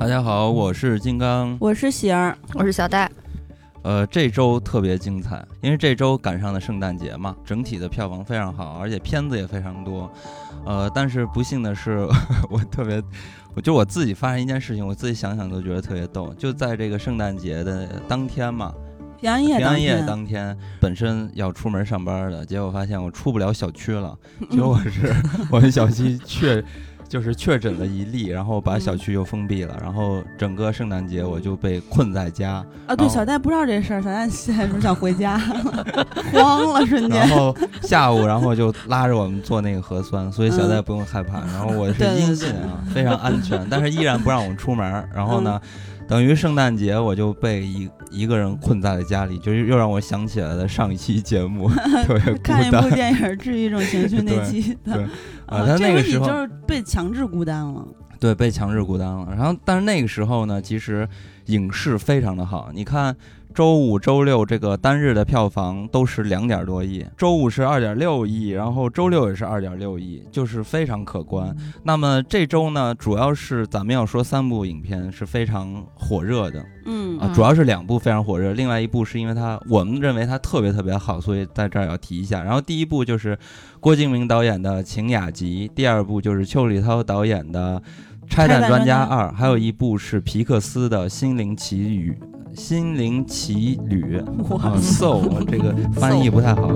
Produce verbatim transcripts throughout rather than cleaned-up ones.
家好，我是金刚， 我是喜儿， 我是小戴。 呃，这周特别精彩，因为这周赶上了圣诞节嘛，整体的票房非常好，而且片子也非常多。呃，但是不幸的是，我特别，我就我自己发现一件事情，我自己想想都觉得特别逗。就在这个圣诞节的当天嘛， 平安夜平安夜当天，本身要出门上班的，结果发现我出不了小区了，结果是我们小区确。就是确诊了一例，然后把小区又封闭了，嗯、然后整个圣诞节我就被困在家。 啊，对，小戴不知道这事儿，小戴现在是想回家，慌了瞬间。 然后下午，然后就拉着我们做那个核酸，所以小戴不用害怕。嗯、然后我是阴性啊，对对对非常安全，但是依然不让我们出门。然后呢？嗯等于圣诞节我就被一一个人困在了家里，就是又让我想起来了上一期节目特别孤单看一部电影治愈一种情绪那期的。 对，啊，他那个时候就是被强制孤单了。 对，被强制孤单了。然后，但是那个时候呢，其实影视非常的好。你看，周五、周六这个单日的票房都是两点多亿，周五是二点六亿，然后周六也是二点六亿，就是非常可观。嗯、那么这周呢，主要是咱们要说三部影片是非常火热的， 嗯啊，主要是两部非常火热，另外一部是因为它我们认为它特别特别好，所以在这儿要提一下。然后第一部就是郭敬明导演的《晴雅集》，第二部就是邱礼涛导演的《拆弹专家二》，还有一部是皮克斯的《心灵奇旅》。心灵奇旅啊 ，soul 这个翻译不太好。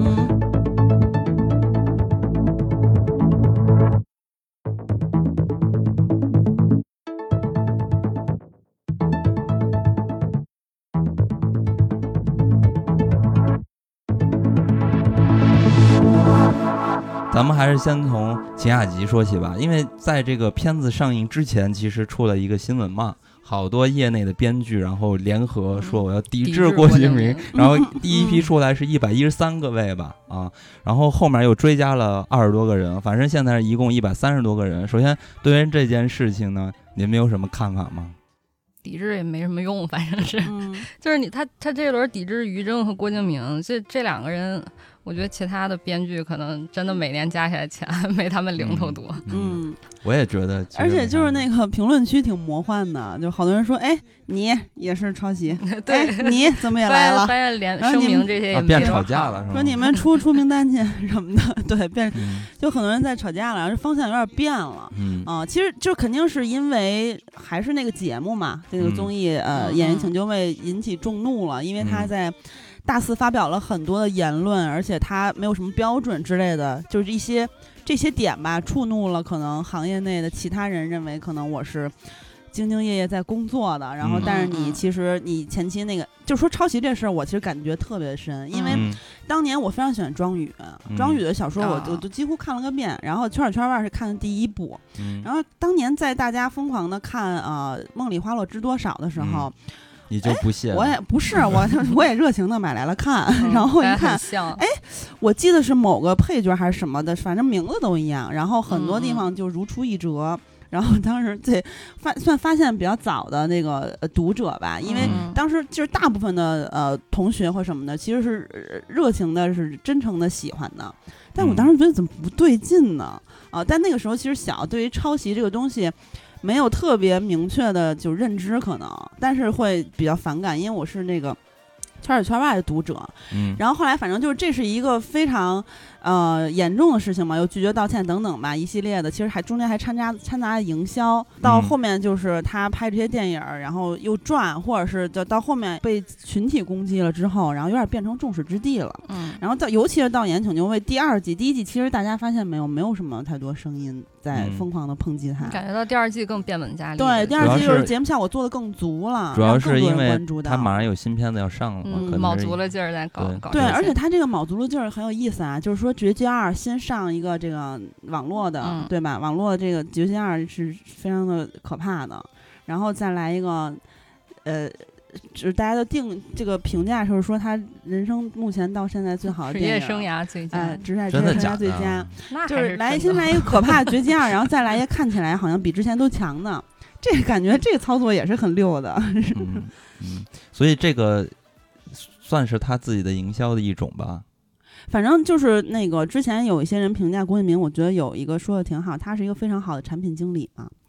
咱们还是先从《晴雅集》说起吧，因为在这个片子上映之前，其实出了一个新闻嘛。好多业内的编剧，然后联合说我要抵制郭敬明，然后第一批出来是一百一十三个位吧，啊，然后后面又追加了二十多个人，反正现在是一共一百三十多个人。首先，对于这件事情呢，你们有什么看法吗？ 抵制也没什么用，反正是，嗯、就是你他他这轮抵制于正和郭敬明，这这两个人。我觉得其他的编剧可能真的每年加起来钱没他们零头多。 嗯，嗯我也觉得。 而且就是那个评论区挺魔幻的，就好多人说，哎，你也是抄袭， 对， 哎、你怎么也来了？ 发现连声明这些也、 啊、变吵架了，是吧？ 说你们出出名单去什么的，对，变、嗯、就很多人在吵架了，然后方向有点变了。嗯啊、呃，其实就肯定是因为还是那个节目嘛，这个综艺、嗯、呃，演员请就位引起众怒了，因为他在。大肆发表了很多的言论，而且他没有什么标准之类的，就是一些这些点吧，触怒了可能行业内的其他人，认为可能我是兢兢业业在工作的，然后但是你其实你前期那个，就说抄袭这事儿，我其实感觉特别深，因为当年我非常喜欢庄宇，嗯、庄宇的小说我我都几乎看了个遍，然后圈里圈外是看的第一部，嗯、然后当年在大家疯狂的看啊《梦里花落知多少》的时候。嗯你就不屑？ 我也不是，我我也热情的买来了看，嗯、然后一看，哎，我记得是某个配角还是什么的，反正名字都一样，然后很多地方就如出一辙。嗯、然后当时对发算发现比较早的那个、呃、读者吧，因为当时就是大部分的呃同学或什么的，其实是热情的，是真诚的喜欢的。但我当时觉得怎么不对劲呢？啊、呃，但那个时候其实小，对于抄袭这个东西。没有特别明确的就认知可能，但是会比较反感，因为我是那个圈里圈外的读者，嗯，然后后来反正就是这是一个非常呃严重的事情嘛，又拒绝道歉等等吧，一系列的，其实还中间还掺杂掺杂了营销，到后面就是他拍这些电影，然后又赚，或者是到到后面被群体攻击了之后，然后有点变成众矢之的了，嗯，然后到尤其是到《演请就位》第二季，第一季其实大家发现没有，没有什么太多声音。在疯狂的抨击他、嗯， 感觉到第二季更变本加厉。 对，第二季就是节目效果做得更足了， 主要是因为他马上有新片子要上了嘛， 嗯、卯足了劲儿在搞搞。 对，而且他这个卯足了劲儿很有意思啊，就是说《绝技二》先上一个这个网络的，嗯、对吧？网络这个《绝技二》是非常的可怕的，然后再来一个，呃。就是大家都定这个评价，就是说他人生目前到现在最好的电影， 职业生涯最佳， 哎，职业生涯最佳，就是来先来一个可怕的绝技二，然后再来一个看起来好像比之前都强的，这个感觉这个操作也是很溜的。 嗯嗯，所以这个算是他自己的营销的一种吧。 反正就是那个之前有一些人评价郭敬明，我觉得有一个说的挺好，他是一个非常好的产品经理嘛。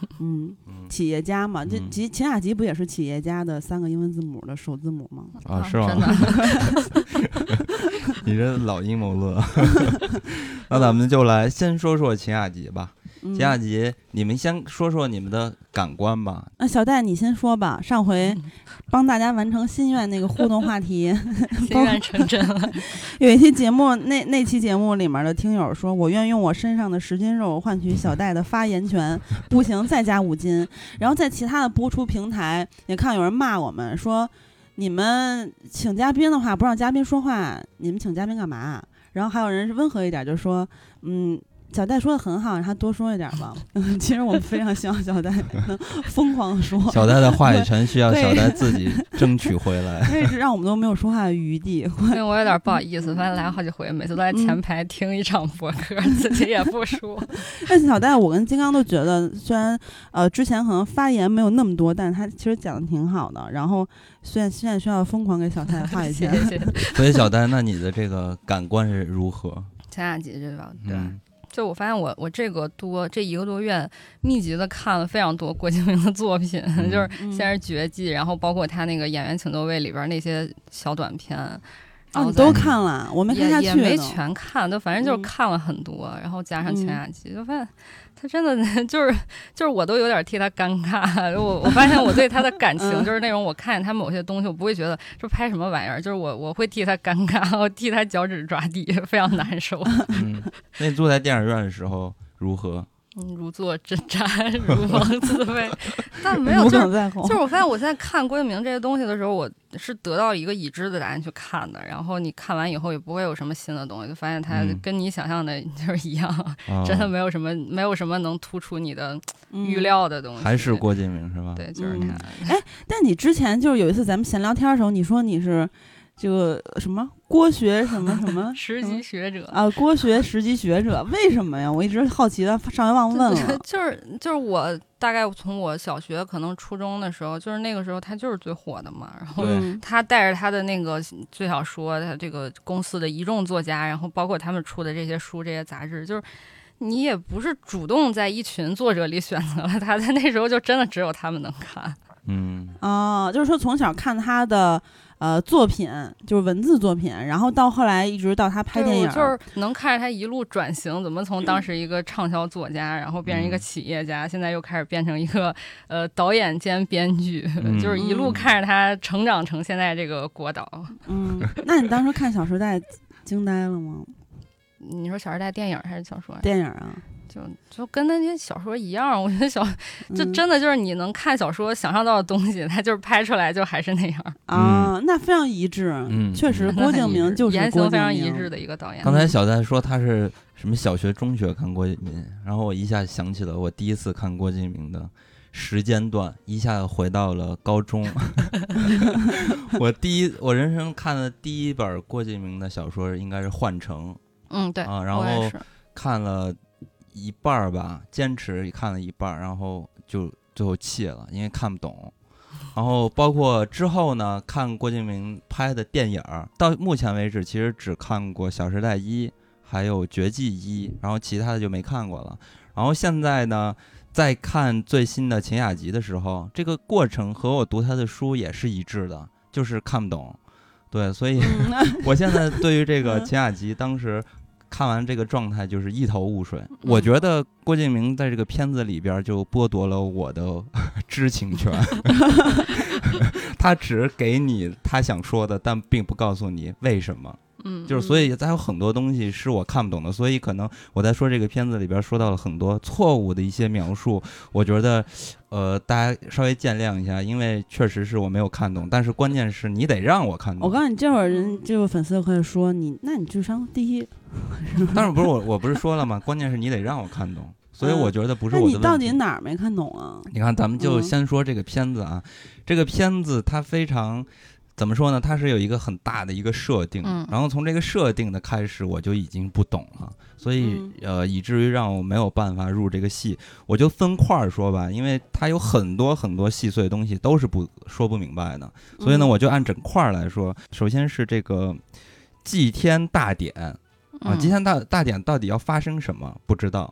嗯，企业家嘛，这吉秦雅集不也是企业家的三个英文字母的首字母吗？ 啊，是吗？你这老阴谋论。那咱们就来先说说秦雅集吧。秦雅集，你们先说说你们的感官吧。 那小戴你先说吧。上回帮大家完成心愿那个互动话题， 心愿成真了。 有一期节目，那那期节目里面的听友说，我愿用我身上的十斤肉换取小戴的发言权，不行再加五斤。然后在其他的播出平台也看有人骂我们说，你们请嘉宾的话不让嘉宾说话，你们请嘉宾干嘛？然后还有人是温和一点，就说嗯。小戴说的很好，让他多说一点吧。嗯，其实我们非常希望小戴能疯狂的说。 小戴的话语权需要小戴自己争取回来。 所以是让我们都没有说话的余地。 对，我有点不好意思，反正来好几回，每次都在前排听一场播客，嗯、自己也不说。 但小戴，我跟金刚都觉得，虽然呃之前可能发言没有那么多，但是他其实讲的挺好的。然后虽然现在需要疯狂给小戴话语权。 谢谢。 所以小戴，那你的这个感官是如何？ 前两集这个对。 嗯， 就我发现我我这个多这一个多月密集的看了非常多郭敬明的作品，嗯、就是先是绝技，然后包括他那个演员请座位里边那些小短片， 哦，你都看了，我没看下去， 也没全看，就反正就是看了很多，嗯、然后加上前两集，就发现他真的就是就是我都有点替他尴尬。我我发现我对他的感情就是那种，我看见他某些东西，我不会觉得这拍什么玩意儿，就是我我会替他尴尬，我替他脚趾抓地，非常难受。 嗯，那你坐在电影院的时候如何？ 嗯，如坐针毡，如芒刺背，但没有，就是就是我发现我现在看郭敬明这些东西的时候，我是得到一个已知的答案去看的，然后你看完以后也不会有什么新的东西，就发现它跟你想象的就是一样，嗯、真的没有什么没有什么能突出你的预料的东西。 还是郭敬明是吧？ 对，就是他。 哎、嗯，但你之前就是有一次咱们闲聊天的时候，你说你是。这个什么郭学什么什么十级学者啊，郭学十级学者，为什么呀？我一直好奇的，上回忘问了。 就是就是我大概从我小学可能初中的时候，就是那个时候他就是最火的嘛。然后他带着他的那个最小说，他这个公司的一众作家，然后包括他们出的这些书、这些杂志，就是你也不是主动在一群作者里选择了他，在那时候就真的只有他们能看。 嗯， 哦，就是说从小看他的。呃，作品就是文字作品，然后到后来一直到他拍电影， 就是能看着他一路转型，怎么从当时一个畅销作家，然后变成一个企业家，嗯、现在又开始变成一个呃导演兼编剧，嗯、就是一路看着他成长成现在这个国导。嗯， 那你当时看《小时代》惊呆了吗？ 你说《小时代》电影还是小说？ 电影啊。 就就跟那些小说一样，我觉得小就真的就是你能看小说想象到的东西，它就是拍出来就还是那样啊，那非常一致。嗯，确实，郭敬明就是言行非常一致的一个导演。 刚才小戴说他是什么小学、中学看郭敬明，然后我一下想起了我第一次看郭敬明的时间段，一下回到了高中。我第一，我人生看的第一本郭敬明的小说应该是《幻城》。 嗯，对啊，然后看了。一半吧，坚持看了一半，然后就最后弃了，因为看不懂。然后包括之后呢，看郭敬明拍的电影，到目前为止其实只看过《小时代一》还有《绝技一》，然后其他的就没看过了。然后现在呢，在看最新的秦雅集的时候，这个过程和我读他的书也是一致的，就是看不懂。对，所以我现在对于这个秦雅集当时看完这个状态就是一头雾水。嗯、我觉得郭敬明在这个片子里边就剥夺了我的知情权。他只给你他想说的，但并不告诉你为什么。嗯，就是所以他有很多东西是我看不懂的，所以可能我在说这个片子里边说到了很多错误的一些描述，我觉得呃大家稍微见谅一下，因为确实是我没有看懂，但是关键是你得让我看懂。 我告诉你，这会儿人这个粉丝可以说你，那你智商低。 当然不是我，我不是说了吗？关键是你得让我看懂，所以我觉得不是我的问题。 那你到底哪儿没看懂啊？ 你看，咱们就先说这个片子啊，嗯、这个片子它非常。怎么说呢？它是有一个很大的一个设定，嗯、然后从这个设定的开始，我就已经不懂了，所以、嗯、呃，以至于让我没有办法入这个戏。我就分块说吧，因为它有很多很多细碎的东西都是不说不明白的，所以呢，我就按整块来说。首先是这个祭天大典啊，祭天大大典到底要发生什么？不知道。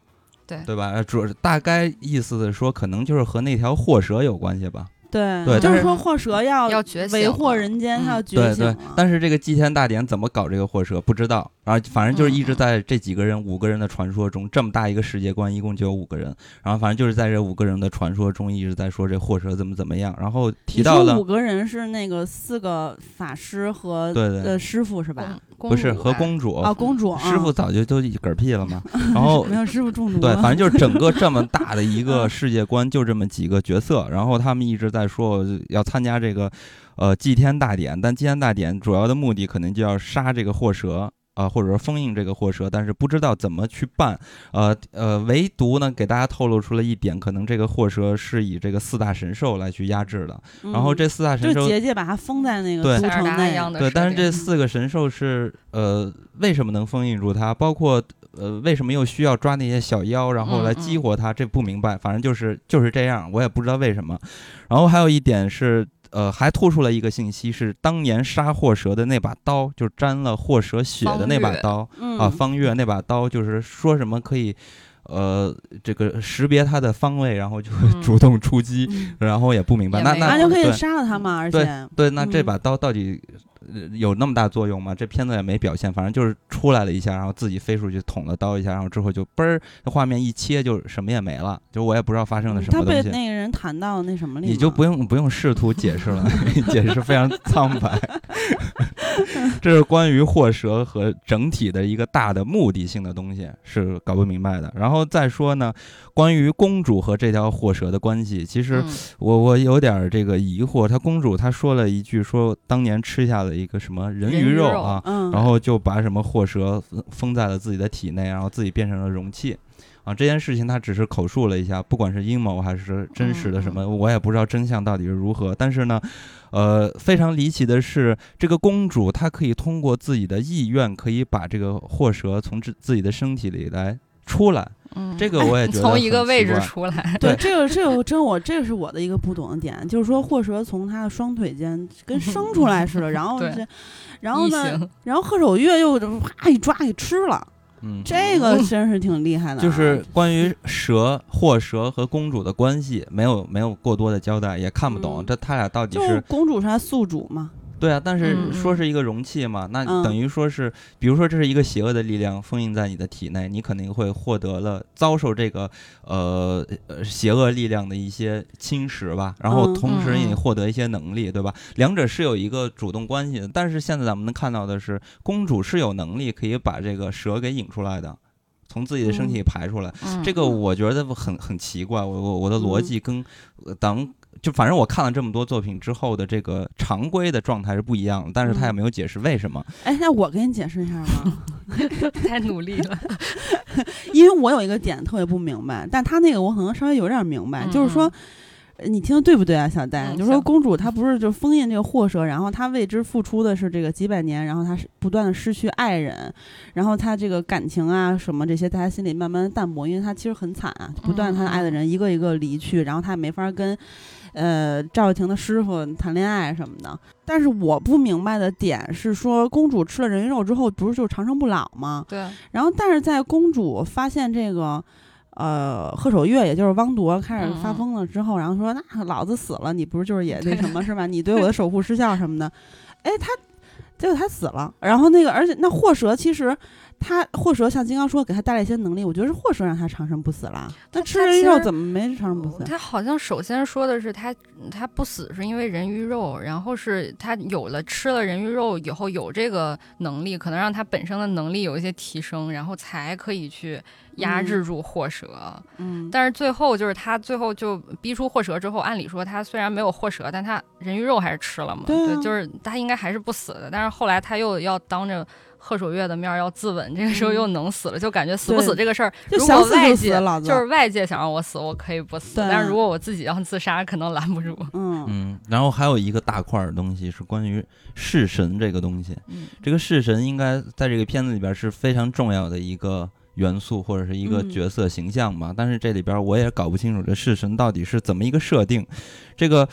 对对吧？主大概意思的说，可能就是和那条祸蛇有关系吧。 对对， 就是说祸蛇要要觉醒， 为祸人间，它要觉醒了。 对对，但是这个祭天大典怎么搞这个祸蛇不知道，然后反正就是一直在这几个人、嗯、五个人的传说中，这么大一个世界观，一共就有五个人，然后反正就是在这五个人的传说中一直在说这祸蛇怎么怎么样，然后提到了五个人是那个四个法师和对对呃师傅是吧？ 不是和公主啊，公主师傅早就都嗝屁了嘛，然后没有师傅中毒， 对，反正就是整个这么大的一个世界观，就这么几个角色，然后他们一直在说要参加这个呃祭天大典，但祭天大典主要的目的可能就要杀这个祸蛇。啊、呃，或者说封印这个祸蛇，但是不知道怎么去办，呃呃，唯独呢给大家透露出了一点，可能这个祸蛇是以这个四大神兽来去压制的，嗯、然后这四大神兽， 就结界把它封在那个都城内， 对，但是这四个神兽是呃为什么能封印住它，包括呃为什么又需要抓那些小妖，然后来激活它，嗯嗯这不明白，反正就是就是这样，我也不知道为什么。然后还有一点是。呃，还突出了一个信息，是当年杀祸蛇的那把刀，就沾了祸蛇血的那把刀啊，方月那把刀，就是说什么可以，呃，这个识别它的方位，然后就会主动出击，嗯、然后也不明白，那那就可以杀了他嘛，而且对对，那这把刀到底？有那么大作用吗？这片子也没表现，反正就是出来了一下，然后自己飞出去捅了刀一下，然后之后就嘣儿，画面一切就什么也没了，就我也不知道发生了什么东西。 他被那个人弹到那什么里， 你就不用不用试图解释了，解释非常苍白。这是关于祸蛇和整体的一个大的目的性的东西是搞不明白的。然后再说呢，关于公主和这条祸蛇的关系，其实我我有点这个疑惑。她公主她说了一句，说当年吃下了一个什么人鱼肉啊， 嗯、 然后就把什么祸蛇封在了自己的体内，然后自己变成了容器。啊，这件事情他只是口述了一下，不管是阴谋还是真实的什么，嗯、我也不知道真相到底是如何。但是呢，呃，非常离奇的是，这个公主她可以通过自己的意愿，可以把这个祸蛇从自自己的身体里来出来。嗯，这个我也觉得从一个位置出来。 对，这个这个真我这是我的一个不懂的点，就是说祸蛇从他的双腿间跟生出来似的，然后这，然后呢，然后贺守月又啪一抓给吃了。 嗯， 这个真是挺厉害的、啊。 就是关于蛇、祸蛇和公主的关系，没有没有过多的交代，也看不懂。嗯、这他俩到底是公主是他宿主吗？ 对啊，但是说是一个容器嘛，嗯、那等于说是，比如说这是一个邪恶的力量封印在你的体内，你肯定会获得了遭受这个呃呃邪恶力量的一些侵蚀吧，然后同时你获得一些能力，嗯、对吧？两者是有一个主动关系的，但是现在咱们能看到的是，公主是有能力可以把这个蛇给引出来的。从自己的身体排出来，嗯、这个我觉得很很奇怪，我我我的逻辑跟当、嗯、就反正我看了这么多作品之后的这个常规的状态是不一样的，但是他也没有解释为什么。 哎、嗯，那我给你解释一下吧。 太努力了， 因为我有一个点特别不明白，但他那个我可能稍微有点明白，嗯、就是说。你听的对不对啊，小戴？嗯、就是说公主她不是就封印这个祸蛇，然后她为之付出的是这个几百年，然后她是不断的失去爱人，然后她这个感情啊什么这些在她心里慢慢淡薄，因为她其实很惨啊，不断她爱的人一个一个离去，然后她也没法跟呃赵又廷的师傅谈恋爱什么的。但是我不明白的点是说，公主吃了人鱼肉之后不是就长生不老吗？ 对。 然后但是在公主发现这个。呃，贺守月也就是汪铎开始发疯了之后，嗯、然后说那老子死了，你不是就是也那什么是吧？你对我的守护失效什么的，哎，他结果他死了，然后那个而且那祸蛇其实他祸蛇像金刚说给他带来一些能力，我觉得是祸蛇让他长生不死了。他吃人鱼肉怎么没长生不死？ 他好像首先说的是他他不死是因为人鱼肉，然后是他有了吃了人鱼肉以后有这个能力，可能让他本身的能力有一些提升，然后才可以去压制住祸蛇。 嗯， 但是最后就是他最后就逼出祸蛇之后，按理说他虽然没有祸蛇，但他人鱼肉还是吃了嘛。 对啊， 对，就是他应该还是不死的。但是后来他又要当着贺守月的面要自刎，这个时候又能死了，嗯、就感觉死不死这个事儿，如果外界就是外界想让我死，我可以不死，但是如果我自己要自杀，可能拦不住。 嗯嗯，然后还有一个大块的东西是关于弑神这个东西， 嗯、 这个弑神应该在这个片子里边是非常重要的一个元素或者是一个角色形象吧，嗯、但是这里边我也搞不清楚这弑神到底是怎么一个设定，这个。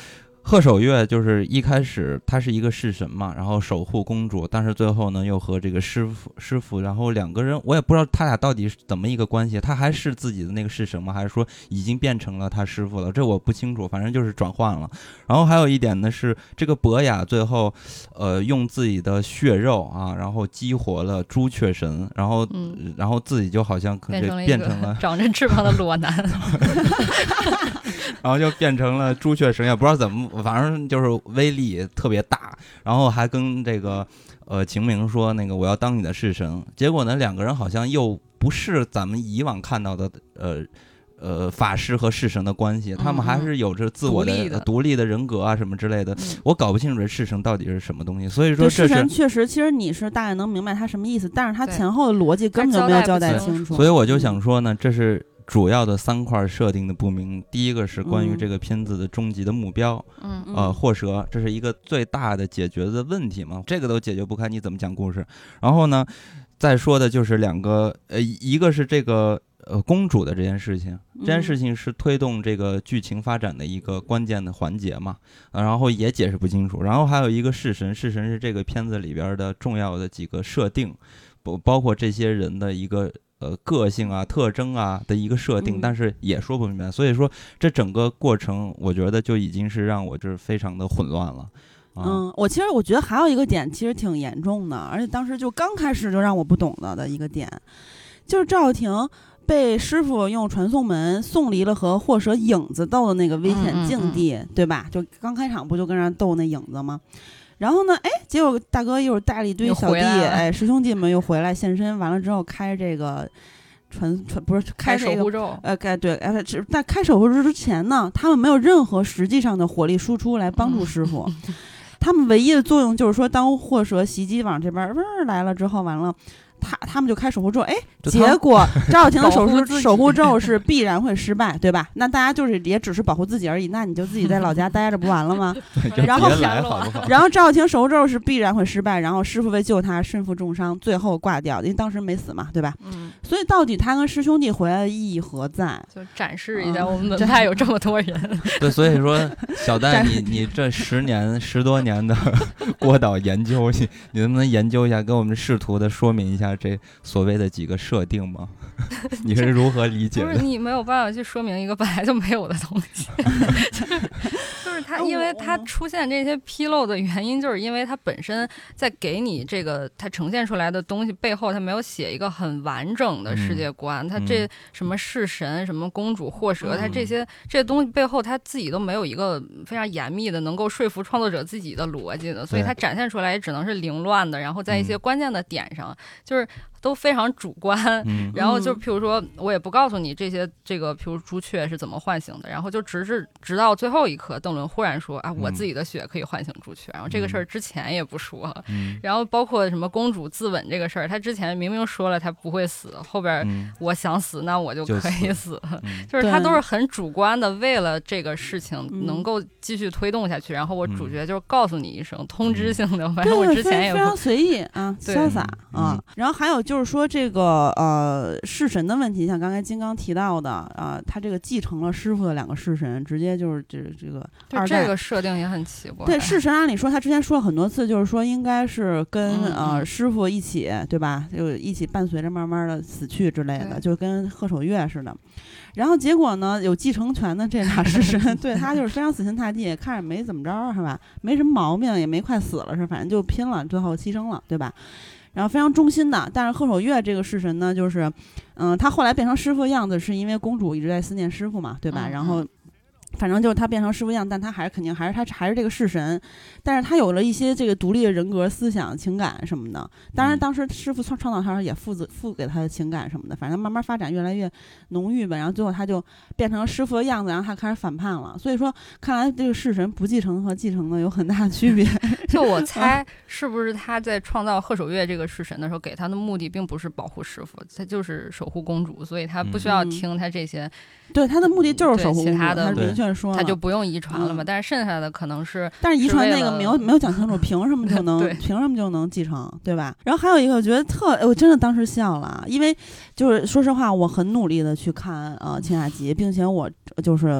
贺守月就是一开始他是一个侍神嘛，然后守护公主，但是最后呢又和这个师傅师傅，然后两个人我也不知道他俩到底是怎么一个关系，他还是自己的那个侍神吗？还是说已经变成了他师傅了？这我不清楚，反正就是转换了。然后还有一点呢是这个伯雅最后呃用自己的血肉啊，然后激活了朱雀神，然后、嗯、然后自己就好像可变成了变成了长着翅膀的裸男然后就变成了朱雀神，也不知道怎么，反正就是威力特别大，然后还跟这个呃晴明说那个我要当你的侍神，结果呢两个人好像又不是咱们以往看到的呃呃法师和侍神的关系，他们还是有着自我的、嗯、独, 立的独立的人格啊什么之类的、嗯、我搞不清楚这侍神到底是什么东西，所以说这是侍神确实其实你是大概能明白他什么意思，但是他前后的逻辑根本就没有交代清楚， 所以我就想说呢，这是主要的三块设定的不明。第一个是关于这个片子的终极的目标，嗯，呃，祸蛇，这是一个最大的解决的问题嘛，这个都解决不开，你怎么讲故事？然后呢，再说的就是两个，呃，一个是这个呃公主的这件事情，这件事情是推动这个剧情发展的一个关键的环节嘛，呃、然后也解释不清楚。然后还有一个式神，式神是这个片子里边的重要的几个设定，不包括这些人的一个。呃，个性啊、特征啊的一个设定，但是也说不明白，所以说这整个过程，我觉得就已经是让我就是非常的混乱了。啊、 嗯，我其实我觉得还有一个点，其实挺严重的，而且当时就刚开始就让我不懂了的一个点，就是赵又廷被师傅用传送门送离了和祸蛇影子斗的那个危险境地，嗯嗯嗯对吧？就刚开场不就跟人斗那影子吗？然后呢，哎，结果大哥又带了一堆小弟，哎，师兄弟们又回来现身，完了之后开这个传传不是开、这个、 守护咒， 呃，该对，哎，在开守护咒之前呢，他们没有任何实际上的火力输出来帮助师傅，嗯、他们唯一的作用就是说，当祸蛇袭击往这边嗡来了之后，完了。他他们就开守护咒，哎，结果赵又廷的守护守护咒是必然会失败，对吧？那大家就是也只是保护自己而已，那你就自己在老家待着不完了吗？然后然后赵又廷守护咒是必然会失败，然后师傅为救他身负重伤，最后挂掉，因为当时没死嘛，对吧？嗯。所以到底他跟师兄弟回来的意义何在？ 就展示一下我们门派有这么多人。 嗯、对，所以说小戴，你你这十年十多年的郭导研究，你你能不能研究一下，跟我们试图的说明一下？这所谓的几个设定吗？你是如何理解的？ 不是你没有办法去说明一个本来就没有的东西，就是它，因为它出现这些纰漏的原因，就是因为它本身在给你这个它呈现出来的东西背后，它没有写一个很完整的世界观。嗯、它这什么弑神、什么公主、祸蛇，嗯、它这些这些东西背后，它自己都没有一个非常严密的能够说服创作者自己的逻辑的，所以它展现出来也只能是凌乱的，然后在一些关键的点上，嗯、就是。都非常主观，嗯、然后就譬如说我也不告诉你这些这个譬如朱雀是怎么唤醒的，然后就直至直到最后一刻邓伦忽然说啊，我自己的血可以唤醒朱雀，然后这个事儿之前也不说，嗯、然后包括什么公主自刎这个事儿，他之前明明说了他不会死，后边我想死那我就可以死，就, 嗯、就是他都是很主观的为了这个事情能够继续推动下去，然后我主角就是告诉你一声，嗯、通知性的，反正我之前也不非常随意啊，潇洒啊，然后还有就是说这个呃弑神的问题，像刚才金刚提到的啊、呃，他这个继承了师傅的两个弑神，直接就是这这个二代这个设定也很奇怪。 对，弑神按理说他之前说了很多次，就是说应该是跟、嗯、呃师傅一起，对吧？就一起伴随着慢慢的死去之类的，就跟贺守月似的。然后结果呢，有继承权的这俩弑神对他就是非常死心塌地，看着没怎么着是吧？没什么毛病，也没快死了是，反正就拼了，最后牺牲了，对吧？然后非常忠心的，但是贺守月这个弑神呢，就是，嗯、呃，他后来变成师傅的样子，是因为公主一直在思念师傅嘛，对吧？嗯、然后，反正就是他变成师傅样，但他还是肯定还是他还是这个弑神，但是他有了一些这个独立的人格、思想、情感什么的。当然，当时师傅创创造他也赋予赋给他的情感什么的，反正慢慢发展越来越浓郁吧。然后最后他就变成了师傅的样子，然后他开始反叛了。所以说，看来这个弑神不继承和继承的有很大的区别。 就我猜，是不是他在创造贺守月这个弑神的时候，给他的目的并不是保护师傅，他就是守护公主，所以他不需要听他这些。 嗯、对，他的目的就是守护公主， 其他的他明确说他就不用遗传了嘛。嗯、但是剩下的可能是， 但是遗传那个没有没有讲清楚，凭什么就能凭什么就能继承，对吧？然后还有一个，我觉得特，我真的当时笑了，因为就是说实话，我很努力的去看呃《青雅集》，并且我就是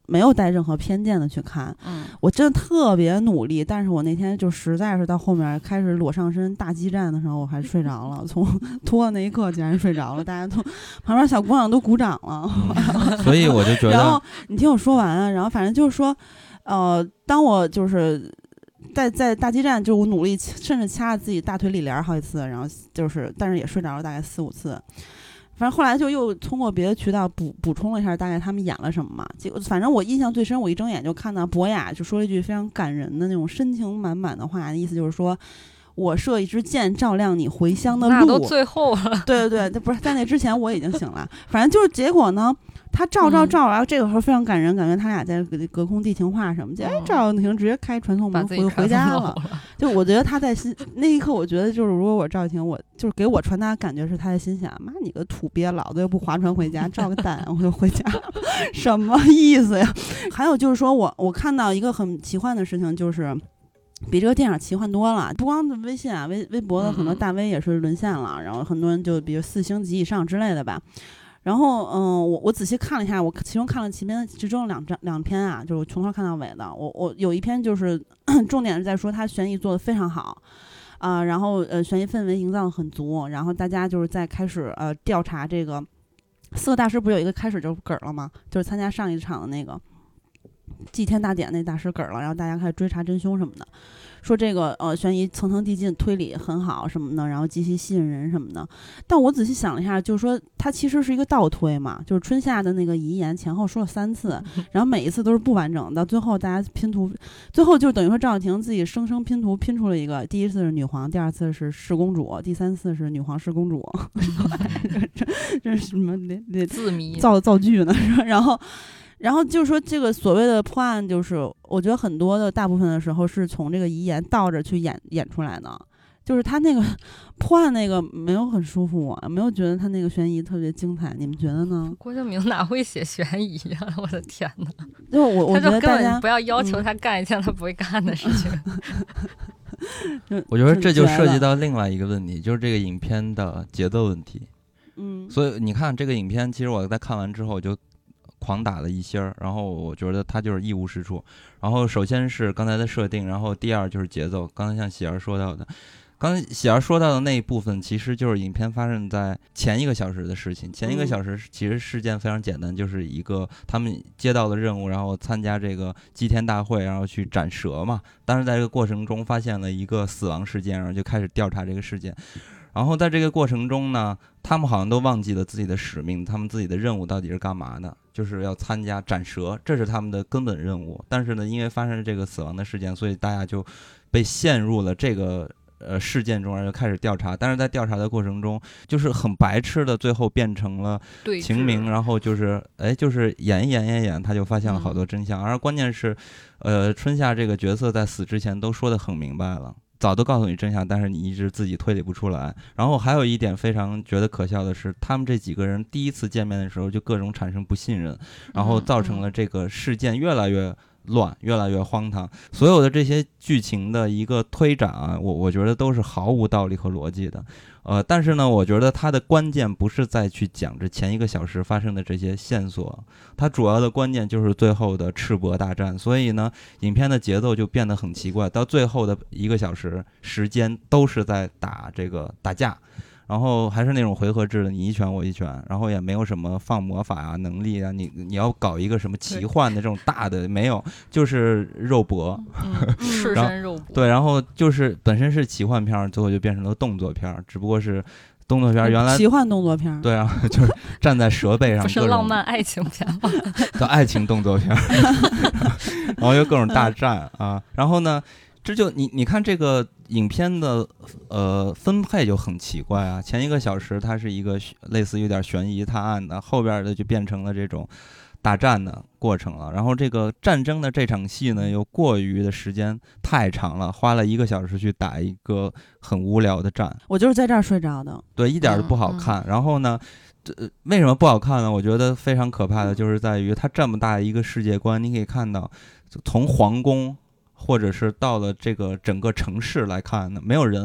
没有带任何偏见的去看。 嗯， 我真的特别努力，但是我那天就实在是到后面开始裸上身大激战的时候，我还睡着了。从脱的那一刻竟然睡着了，大家都旁边小姑娘都鼓掌了。 嗯、所以我就觉得， 然后你听我说完啊，然后反正就是说，呃，当我就是在在大激战，就我努力甚至掐着自己大腿里帘好几次，然后就是但是也睡着了大概四五次。反正后来就又通过别的渠道补补充了一下大概他们演了什么嘛。结果反正我印象最深，我一睁眼就看到博雅就说了一句非常感人的那种深情满满的话，意思就是说我射一支箭照亮你回乡的路。 那都最后了。 对对对，不是在那之前我已经醒了。反正就是结果呢，他照照照，然后这个时候非常感人，感觉他俩在隔空递情话什么的。哎，赵又廷直接开传送门回回家了。就我觉得他在心那一刻，我觉得就是如果我赵又廷，我就是给我传达感觉是他的心想：妈你个土鳖，老子又不划船回家，照个蛋我就回家，什么意思呀？还有就是说我我看到一个很奇幻的事情，就是比这个电影奇幻多了。不光是微信啊，微微博的很多大 V 也是沦陷了，然后很多人就比如四星级以上之类的吧。然后，嗯，我我仔细看了一下，我其中看了前面其中两张两篇啊，就是从头看到尾的。我我有一篇就是重点是在说他悬疑做得非常好，啊、呃，然后呃悬疑氛围营造得很足，然后大家就是在开始呃调查这个四个大师，不是有一个开始就梗了吗？就是参加上一场的那个祭天大典那大师梗了，然后大家开始追查真凶什么的。说这个呃悬疑层层递进，推理很好什么的，然后极其吸引人什么的。但我仔细想了一下，就是说它其实是一个倒推嘛，就是春夏的那个遗言前后说了三次，然后每一次都是不完整的，最后大家拼图，最后就等于说赵又廷自己生生拼图拼出了一个，第一次是女皇，第二次是世公主，第三次是女皇世公主，这这是什么字谜造造句呢？然后。然后就是说，这个所谓的破案，就是我觉得很多的大部分的时候是从这个遗言倒着去演演出来的，就是他那个破案那个没有很舒服我，没有觉得他那个悬疑特别精彩，你们觉得呢？ 郭敬明哪会写悬疑呀、啊？我的天哪！ 就我我觉得大家不要要求他干一件他不会干的事情。 嗯、 我觉得这就涉及到另外一个问题，就是这个影片的节奏问题。 嗯， 所以你看这个影片，其实我在看完之后就狂打了一星儿，然后我觉得它就是一无是处。然后首先是刚才的设定，然后第二就是节奏。刚才像喜儿说到的，刚才喜儿说到的那一部分，其实就是影片发生在前一个小时的事情。前一个小时其实事件非常简单，就是一个他们接到的任务，然后参加这个祭天大会，然后去斩蛇嘛。但是在这个过程中发现了一个死亡事件，然后就开始调查这个事件。然后在这个过程中呢，他们好像都忘记了自己的使命，他们自己的任务到底是干嘛的，就是要参加斩蛇，这是他们的根本任务。但是呢，因为发生了这个死亡的事件，所以大家就被陷入了这个呃事件中，然后就开始调查。但是在调查的过程中，就是很白痴的，最后变成了秦明，然后就是哎，就是演一演演演，他就发现了好多真相。嗯、而关键是，呃，春夏这个角色在死之前都说得很明白了。早都告诉你真相，但是你一直自己推理不出来。然后还有一点非常觉得可笑的是，他们这几个人第一次见面的时候就各种产生不信任，然后造成了这个事件越来越乱，越来越荒唐。所有的这些剧情的一个推展啊，我我觉得都是毫无道理和逻辑的。呃，但是呢，我觉得它的关键不是在去讲这前一个小时发生的这些线索，它主要的关键就是最后的赤膊大战。所以呢，影片的节奏就变得很奇怪，到最后的一个小时时间都是在打这个打架。然后还是那种回合制的，你一拳我一拳，然后也没有什么放魔法啊能力啊，你你要搞一个什么奇幻的这种大的没有，就是肉搏， 嗯、赤身肉搏。 对，然后就是本身是奇幻片，最后就变成了动作片，只不过是动作片原来奇幻动作片， 对啊，就是站在蛇背上， 不是浪漫爱情片吗？ 叫爱情动作片，然后又各种大战啊，然后呢？这就你你看这个影片的呃分配就很奇怪啊，前一个小时它是一个类似有点悬疑探案的，后边的就变成了这种大战的过程了。然后这个战争的这场戏呢，又过于的时间太长了，花了一个小时去打一个很无聊的战。 我就是在这儿睡着的， 对，一点都不好看。嗯嗯、然后呢？呃，为什么不好看呢？我觉得非常可怕的就是在于它这么大一个世界观，你可以看到从皇宫。或者是到了这个整个城市来看呢，没有人，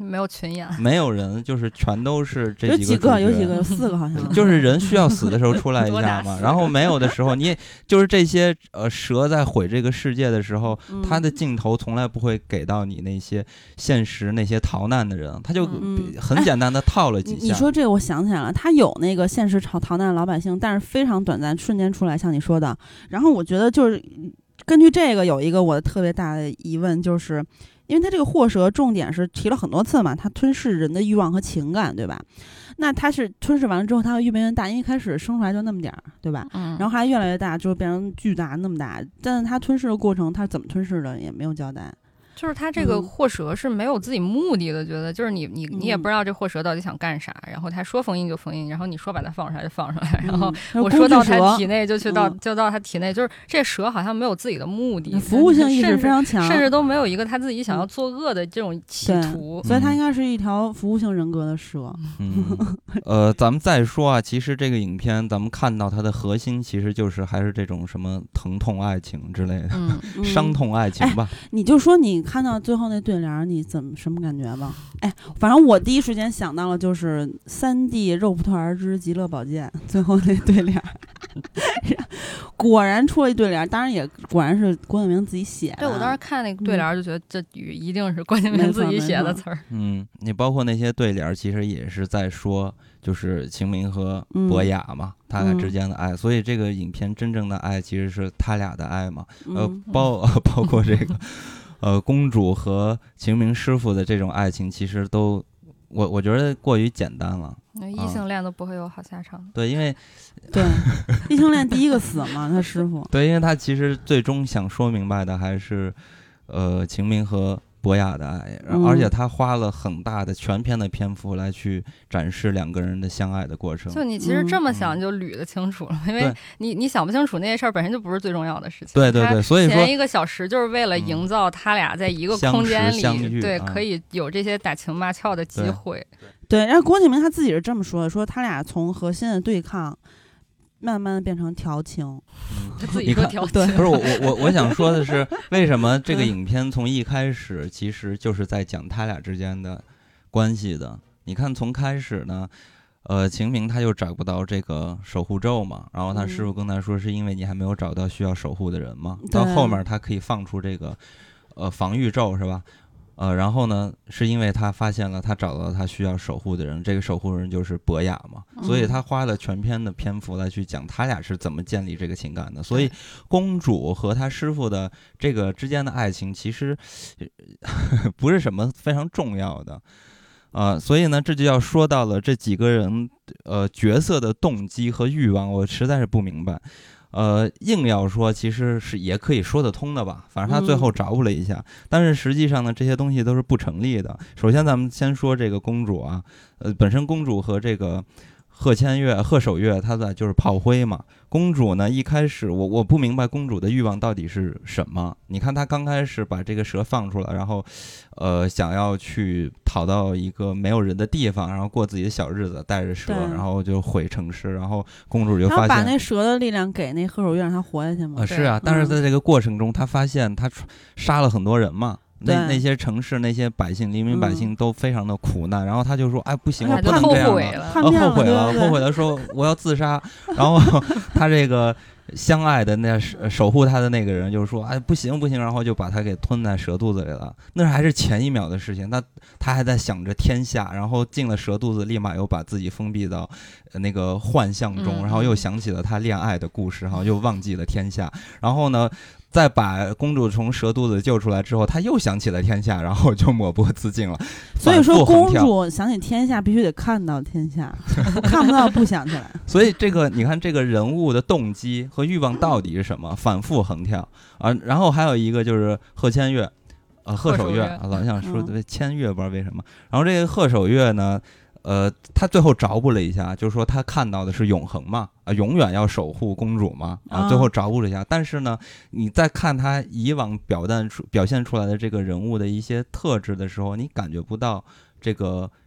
没有群演， 没有人，就是全都是这几个，有几个，有四个好像， 就是人需要死的时候出来一下嘛，然后没有的时候，你就是这些呃蛇在毁这个世界的时候， 嗯、 它的镜头从来不会给到你那些现实那些逃难的人，他就很简单的套了几下。 嗯哎、你说这个，我想起来了，他有那个现实逃逃难的老百姓，但是非常短暂，瞬间出来，像你说的。然后我觉得就是根据这个有一个我特别大的疑问，就是因为他这个祸蛇重点是提了很多次嘛，他吞噬人的欲望和情感，对吧？那他是吞噬完了之后，他会越变越大，因为一开始生出来就那么点儿，对吧？ 嗯。 然后还越来越大，就变成巨大那么大。但是他吞噬的过程，他怎么吞噬的也没有交代。 就是他这个祸蛇是没有自己目的的，嗯、觉得就是你你你也不知道这祸蛇到底想干啥，嗯、然后他说封印就封印，然后你说把它放出来就放出来，嗯、然后我说到他体内就去到、嗯、就到他体内，就是这蛇好像没有自己的目的， 服务性意识非常强， 甚至都没有一个他自己想要作恶的这种企图， 所以他应该是一条服务性人格的蛇。 嗯，呃，咱们再说啊，其实这个影片咱们看到它的核心其实就是还是这种什么疼痛爱情之类的， 嗯、 伤痛爱情吧。 哎、你就说你看到最后那对联你怎么什么感觉吧？哎，反正我第一时间想到了就是三 D 肉蒲团之极乐宝剑最后那对联果然出了一对联，当然也果然是郭敬明自己写的。 对，我当时看那个对联就觉得这语一定是郭敬明自己写的词儿。 嗯，你包括那些对联其实也是在说就是秦明和博雅嘛、嗯、他俩之间的爱、嗯、所以这个影片真正的爱其实是他俩的爱嘛、嗯、呃包、呃、包括这个呃，公主和秦明师傅的这种爱情，其实都，我我觉得过于简单了。 异性恋都不会有好下场、 嗯。对，因为对异性恋第一个死嘛，他师傅。 对，因为他其实最终想说明白的还是，呃，秦明和博雅的爱，而且他花了很大的全篇的篇幅来去展示两个人的相爱的过程。 就你其实这么想就捋得清楚了，嗯、因为你你想不清楚那些事儿本身就不是最重要的事情。 对对对，所以说前一个小时就是为了营造他俩在一个空间里，对、 嗯， 可以有这些打情骂俏的机会。 对，对然后郭敬明他自己是这么说的，说他俩从核心的对抗。慢慢的变成调情， 嗯、他自己说调情。 不是我我我我想说的是，为什么这个影片从一开始其实就是在讲他俩之间的关系的？你看从开始呢，呃，秦明他就找不到这个守护咒嘛，然后他师傅跟他说，是因为你还没有找到需要守护的人嘛。到后面他可以放出这个呃防御咒是吧？呃，然后呢，是因为他发现了他找到他需要守护的人，这个守护人就是博雅嘛，所以他花了全篇的篇幅来去讲他俩是怎么建立这个情感的。所以公主和他师傅的这个之间的爱情其实不是什么非常重要的。呃，所以呢，这就要说到了这几个人呃角色的动机和欲望，我实在是不明白。呃，硬要说其实是也可以说得通的吧，反正他最后找补了一下、嗯、但是实际上呢这些东西都是不成立的。首先咱们先说这个公主啊，呃，本身公主和这个贺千月贺守月她俩就是炮灰嘛。公主呢一开始我我不明白公主的欲望到底是什么。你看她刚开始把这个蛇放出来，然后呃想要去逃到一个没有人的地方，然后过自己的小日子，带着蛇然后就毁城市，然后公主就发现她把那蛇的力量给那贺守月让她活下去吗、 呃、是啊，但是在这个过程中她发现她杀了很多人嘛，那那些城市那些百姓黎民百姓都非常的苦难、嗯、然后他就说哎不行我不能这样后悔了后悔了对对对后悔了说我要自杀然后他这个相爱的那守护他的那个人就说哎不行不行，然后就把他给吞在蛇肚子里了。那还是前一秒的事情，他他还在想着天下，然后进了蛇肚子立马又把自己封闭到那个幻象中、嗯、然后又想起了他恋爱的故事，然后又忘记了天下。然后呢再把公主从蛇肚子救出来之后，他又想起了天下，然后就默不自禁了。 所以说公主想起天下必须得看到天下看不到不想起来。 所以这个你看这个人物的动机和欲望到底是什么，反复横跳啊。然后还有一个就是贺千月呃贺守月啊，老想说对千月不知道为什么。然后这个贺守月呢呃，他最后找补了一下，就是说他看到的是永恒嘛，啊，永远要守护公主嘛，啊，最后找补了一下。但是呢，你在看他以往表现出表现出来的这个人物的一些特质的时候，你感觉不到这个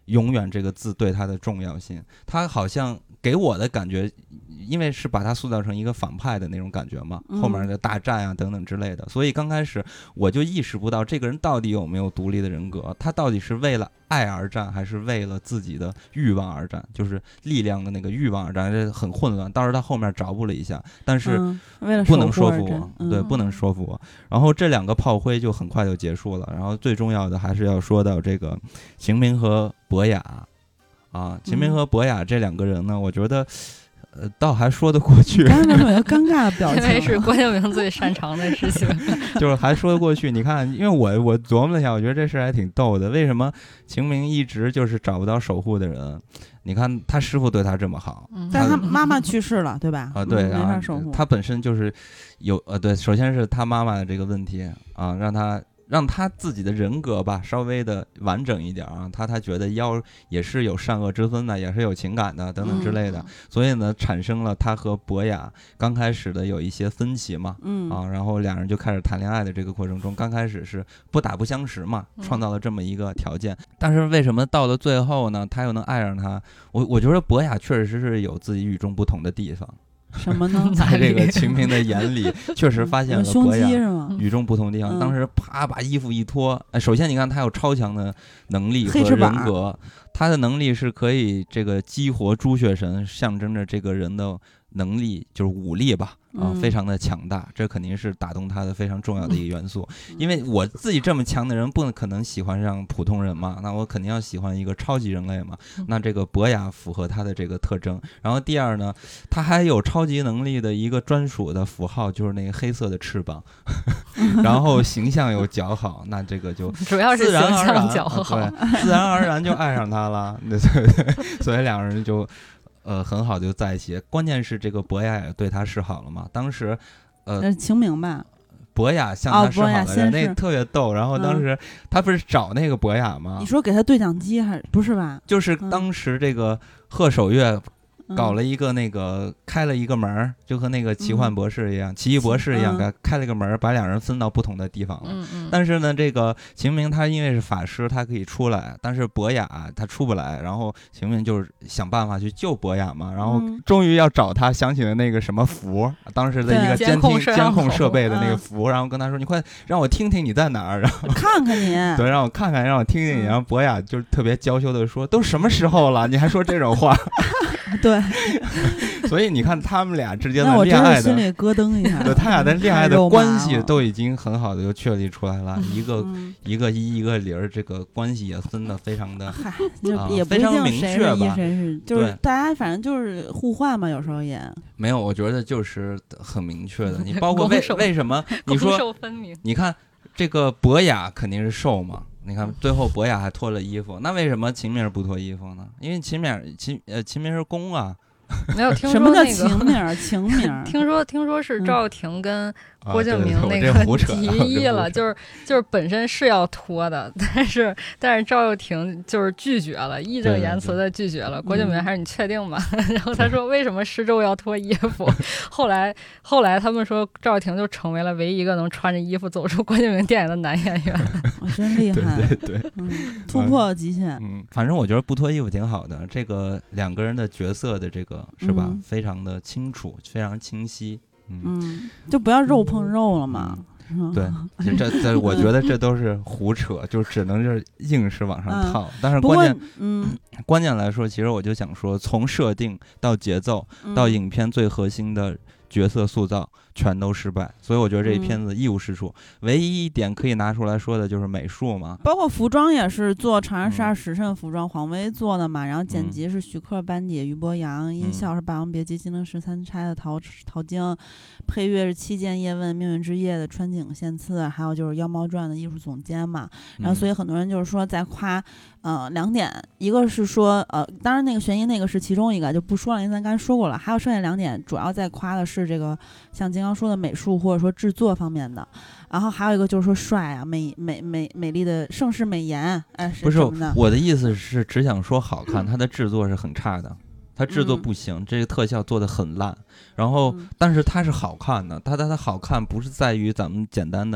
永远这个字对他的重要性。他好像给我的感觉，因为是把他塑造成一个反派的那种感觉嘛， 嗯、 后面的大战啊等等之类的，所以刚开始我就意识不到这个人到底有没有独立的人格，他到底是为了爱而战，还是为了自己的欲望而战，就是力量的那个欲望而战，这很混乱。当时他后面找补了一下，但是不能说服我， 嗯、 对，不能说服我。然后这两个炮灰就很快就结束了。然后最重要的还是要说到这个秦明和博雅啊，秦明和博雅这两个人呢，我觉得。呃，倒还说得过去。 刚才有一个尴尬的表情， 因为是郭敬明最擅长的事情， 就是还说得过去。你看，因为我我琢磨了一下，我觉得这事还挺逗的。为什么秦明一直就是找不到守护的人？你看他师傅对他这么好， 嗯、但他妈妈去世了，对吧？ 啊，对啊， 没法守护。 他本身就是有呃，对，首先是他妈妈的这个问题啊，让他。让他自己的人格吧稍微的完整一点啊，他他觉得妖也是有善恶之分的，也是有情感的等等之类的，嗯、所以呢产生了他和博雅刚开始的有一些分歧嘛， 嗯啊，然后两人就开始谈恋爱的这个过程中，刚开始是不打不相识嘛，创造了这么一个条件，嗯、但是为什么到了最后呢，他又能爱上他？我我觉得博雅确实是有自己与众不同的地方。 什么呢？ 在这个秦明的眼里，确实发现了博雅与众不同的地方。当时啪把衣服一脱，哎，首先你看他有超强的能力和人格，他的能力是可以这个激活朱雀神，象征着这个人的能力就是武力吧。啊、呃，非常的强大，这肯定是打动他的非常重要的一个元素。因为我自己这么强的人，不可能喜欢上普通人嘛，那我肯定要喜欢一个超级人类嘛。那这个博雅符合他的这个特征。然后第二呢，他还有超级能力的一个专属的符号，就是那个黑色的翅膀，然后形象又姣好，那这个就主要是形象姣好， 对，自然而然就爱上他了，对对对，所以两人就。呃，很好就在一起，关键是这个博雅也对他示好了嘛。当时，呃， 秦明吧， 博雅向他示好了， 哦、 那特别逗。然后当时、嗯、他不是找那个博雅吗？ 你说给他对讲机还是不是吧？ 就是当时这个贺守月搞了一个那个、嗯、开了一个门，就和那个奇幻博士一样、嗯、奇异博士一样，给、嗯、开了一个门，把两人分到不同的地方了。 嗯嗯、 但是呢，这个秦明他因为是法师，他可以出来，但是博雅他出不来。然后秦明就是想办法去救博雅嘛，然后终于要找他，想起了那个什么符，当时的一个监听监控设备的那个符，然后跟他说：“你快让我听听你在哪儿，然后看看你， 对，让我看看，让我听听你。”然后博雅就特别娇羞的说：“都什么时候了，你还说这种话？” 对， 所以你看他们俩之间的恋爱的， 心里咯噔一下， 对，他俩的恋爱的关系都已经很好的就确立出来了，一个、 嗯、 一个一一个零，这个关系也分得非常的， 嗨，就也不非常明确吧， 谁是就是大家反正就是互换嘛，有时候也没有，我觉得就是很明确的。你包括为为什么你说你看这个博雅肯定是受嘛。你看，最后博雅还脱了衣服，那为什么秦明不脱衣服呢？因为秦明秦呃秦明是公啊。 没有听说、 那个、什么叫情名？情名？ 听说听说是赵又廷跟郭敬明那个提议了，就是就是本身是要脱的，但是但是赵又廷就是拒绝了，义正言辞的拒绝了。郭敬明还是你确定吗？然后他说为什么施咒要脱衣服？后来后来他们说赵又廷就成为了唯一一个能穿着衣服走出郭敬明电影的男演员。 我真厉害， 对对对， 嗯，突破极限。 嗯，反正我觉得不脱衣服挺好的。这个两个人的角色的这个是吧， 嗯、 非常的清楚，非常清晰。嗯, 嗯，就不要肉碰肉了嘛。 嗯、对，这这我觉得这都是胡扯，就只能是硬是往上套。嗯、但是关键， 嗯， 关键来说，其实我就想说，从设定到节奏到影片最核心的角色塑造，全都失败，所以我觉得这一片子一无是处。嗯、唯一一点可以拿出来说的就是美术嘛， 包括服装也是做《长安十二时辰》服装，黄威做的嘛，然后剪辑是徐克、班底、于博洋，音效是《霸王别姬》、《金陵十三钗》的陶陶晶，配乐是《七剑叶问》、《命运之夜》的川井宪次，还有就是《妖猫传》的艺术总监嘛。然后所以很多人就是说在夸，呃，两点，一个是说，呃，当然那个悬疑那个是其中一个，就不说了，因为咱刚才说过了。还有剩下两点，主要在夸的是这个像金刚说的美术或者说制作方面的。然后还有一个就是说帅啊，美美美美丽的盛世美颜，哎， 不是什么的。 我的意思是只想说好看，它的制作是很差的。它制作不行，嗯、这个特效做得很烂，然后、嗯、但是它是好看的，它它它好看不是在于咱们简单的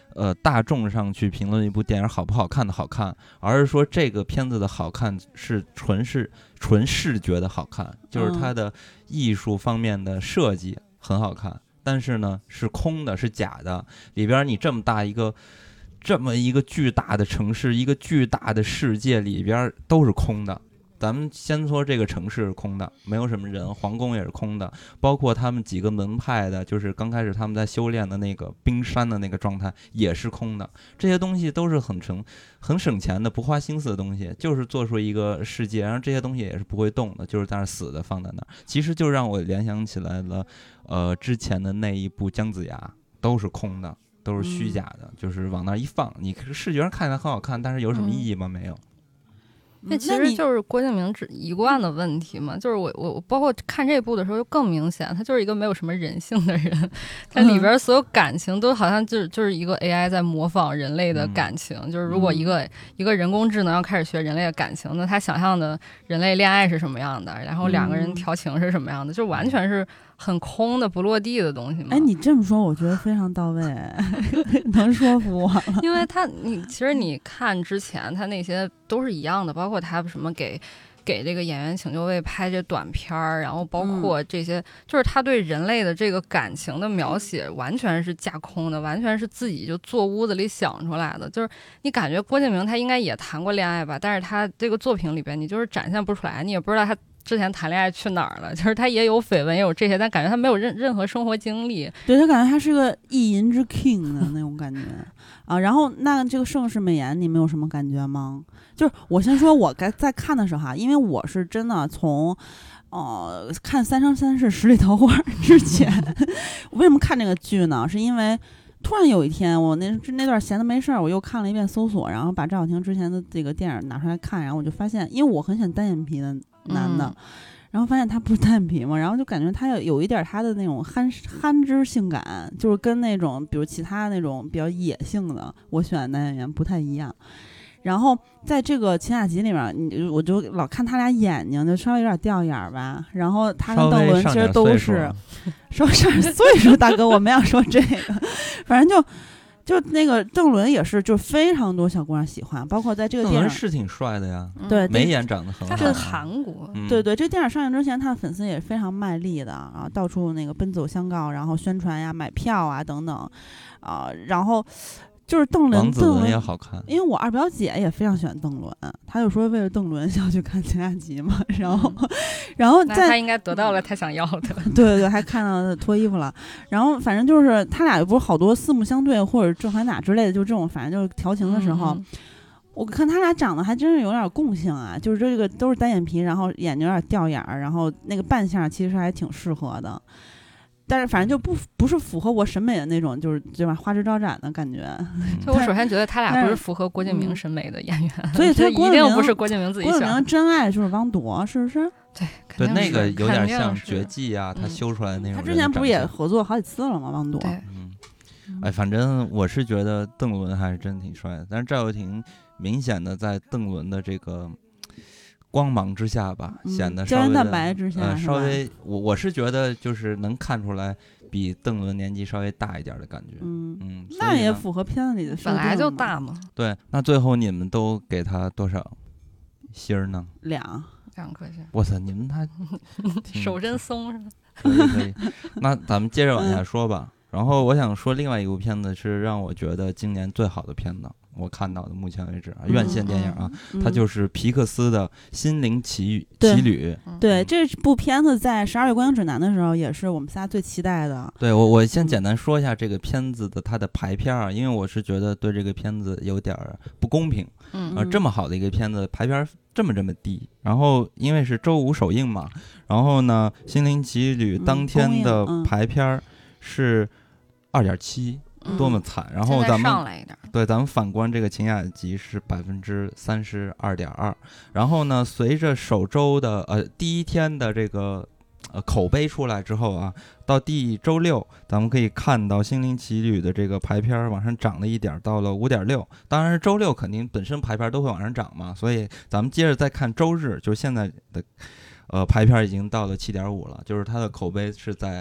呃大众上去评论一部电影好不好看的好看，而是说这个片子的好看是纯是纯视觉的好看，就是它的艺术方面的设计很好看，但是呢是空的，是假的。里边你这么大一个这么一个巨大的城市，一个巨大的世界里边都是空的。咱们先说这个城市是空的，没有什么人，皇宫也是空的，包括他们几个门派的，就是刚开始他们在修炼的那个冰山的那个状态也是空的。这些东西都是很省很省钱的，不花心思的东西，就是做出一个世界，然后这些东西也是不会动的，就是在那死的放在那儿。其实就让我联想起来了，呃，之前的那一部姜子牙都是空的，都是虚假的，嗯、就是往那儿一放，你视觉上看起来很好看，但是有什么意义吗？没有。 那其实就是郭敬明一贯的问题嘛，就是我我包括看这部的时候就更明显，他就是一个没有什么人性的人，他里边所有感情都好像就是就是一个 A I 在模仿人类的感情，嗯、就是如果一个、嗯、一个人工智能要开始学人类的感情，那他想象的人类恋爱是什么样的，然后两个人调情是什么样的，嗯、就完全是很空的不落地的东西嘛。 哎，你这么说我觉得非常到位，能说服我了。 因为他你其实你看之前他那些都是一样的，包括他什么给给这个演员请就位拍这短片儿，然后包括这些、嗯、就是他对人类的这个感情的描写完全是架空的，完全是自己就坐屋子里想出来的。就是你感觉郭敬明他应该也谈过恋爱吧，但是他这个作品里边你就是展现不出来，你也不知道他之前谈恋爱去哪儿了，就是他也有绯闻也有这些，但感觉他没有任任何生活经历。 对，他感觉他是个意淫之 king 的那种感觉啊。然后那这个盛世美颜你们有什么感觉吗？就是我先说我该在看的时候哈，因为我是真的从呃看《三生三世十里桃花》之前我为什么看这个剧呢？是因为突然有一天我那那段闲的没事儿，我又看了一遍搜索，然后把赵小婷之前的这个电影拿出来看，然后我就发现，因为我很喜欢单眼皮的男的、嗯、然后发现他不是单眼皮嘛，然后就感觉他有有一点他的那种憨憨之性感，就是跟那种比如其他那种比较野性的我选的男演员不太一样。然后在这个秦雅集里面，你我就老看他俩眼睛就稍微有点掉眼吧，然后他跟邓伦其实都是稍微上点岁数，大哥我没有说这个，反正就就那个邓伦也是，就非常多小姑娘喜欢，包括在这个电影邓伦是挺帅的呀， 对， 眉眼长得很好， 他是韩国、 嗯，对对，这电影上映之前，他的粉丝也非常卖力的啊，到处那个奔走相告，然后宣传呀、买票啊等等，啊、呃，然后。就是邓伦， 王子文也好看， 因为我二表姐也非常喜欢邓伦，她就说为了邓伦要去看秦雅集嘛，然后，嗯、然后在他应该得到了他想要的， 对对对，还看到他脱衣服了，然后反正就是他俩不是好多四目相对或者正反打之类的，就这种反正就是调情的时候。嗯我看他俩长得还真是有点共性啊，就是这个都是单眼皮，然后眼睛有点掉眼儿，然后那个扮相其实还挺适合的。但是反正就不不是符合我审美的那种，就是对吧？花枝招展的感觉。 就我首先觉得他俩不是符合郭敬明审美的演员， 嗯、所以他一定不是郭敬明自己想。 郭敬明真爱就是汪铎，是不是？ 对， 对，那个有点像绝技啊，他修出来那种。 他之前不是也合作好几次了吗？汪铎。 嗯，哎，反正我是觉得邓伦还是真挺帅的，但是赵又廷明显的在邓伦的这个。光芒之下吧， 嗯、 显得稍微蛋白之下， 呃，稍微我我是觉得就是能看出来比邓伦年纪稍微大一点的感觉， 嗯嗯， 那也符合片子里的设定， 本来就大嘛。 对，那最后你们都给他多少星儿呢？ 两两颗星。 我操，你们他手真松是吧？ 可以可以，那咱们接着往下说吧。嗯、然后我想说另外一部片子是让我觉得今年最好的片子。我看到的目前为止啊，院线电影啊， 嗯、 它就是皮克斯的《心灵奇奇旅》。 对，这部片子在十二月观影指南的时候，也是我们仨最期待的。 对，我我先简单说一下这个片子的它的排片啊，因为我是觉得对这个片子有点不公平。 嗯， 呃，这么好的一个片子排片这么这么低，然后因为是周五首映嘛，然后呢，《心灵奇旅》当天的排片是二点七。多么惨！然后咱们上来一点， 对，咱们反观这个秦雅集是百分之三十二点二。然后呢，随着首周的呃第一天的这个呃口碑出来之后啊，到第周六，咱们可以看到《心灵奇旅》的这个排片往上涨了一点，到了五点六。当然，周六肯定本身排片都会往上涨嘛，所以咱们接着再看周日，就是现在的呃排片已经到了七点五了，就是它的口碑是在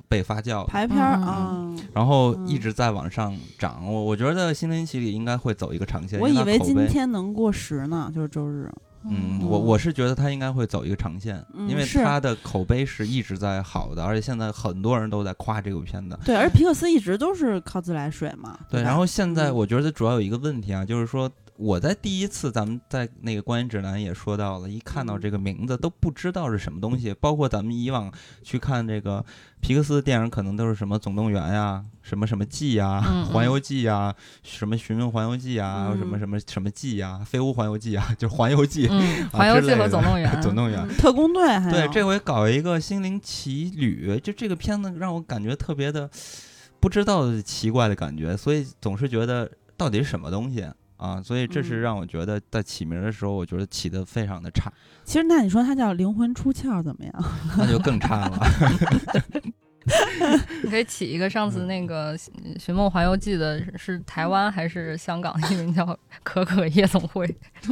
被发酵的排片儿啊、嗯， 然后一直在往上涨。我我觉得心灵奇旅应该会走一个长线。 我以为今天能过十呢，就是周日。 嗯，我我是觉得它应该会走一个长线， 嗯、 因为它的口碑是一直在好的，而且现在很多人都在夸这部片子。 对，而皮克斯一直都是靠自来水嘛。 对，然后现在我觉得主要有一个问题啊，嗯、就是说我在第一次咱们在那个观影指南也说到了，一看到这个名字都不知道是什么东西，包括咱们以往去看这个皮克斯的电影，可能都是什么总动员呀、什么什么记呀、 嗯、 环游记呀、什么寻梦环游记呀、 嗯、 什么什么什么记呀、飞屋环游记啊，就是环游记。 嗯，啊、环游记和总动员， 总动员、 嗯、特工队还有， 对，这回搞一个心灵奇旅，就这个片子让我感觉特别的不知道的奇怪的感觉，所以总是觉得到底是什么东西啊？所以这是让我觉得在起名的时候，我觉得起得非常的差。 其实那你说它叫灵魂出窍怎么样？ 那就更差了。 你可以起一个上次那个《寻梦环游记》的是台湾还是香港的一名叫可可夜总会。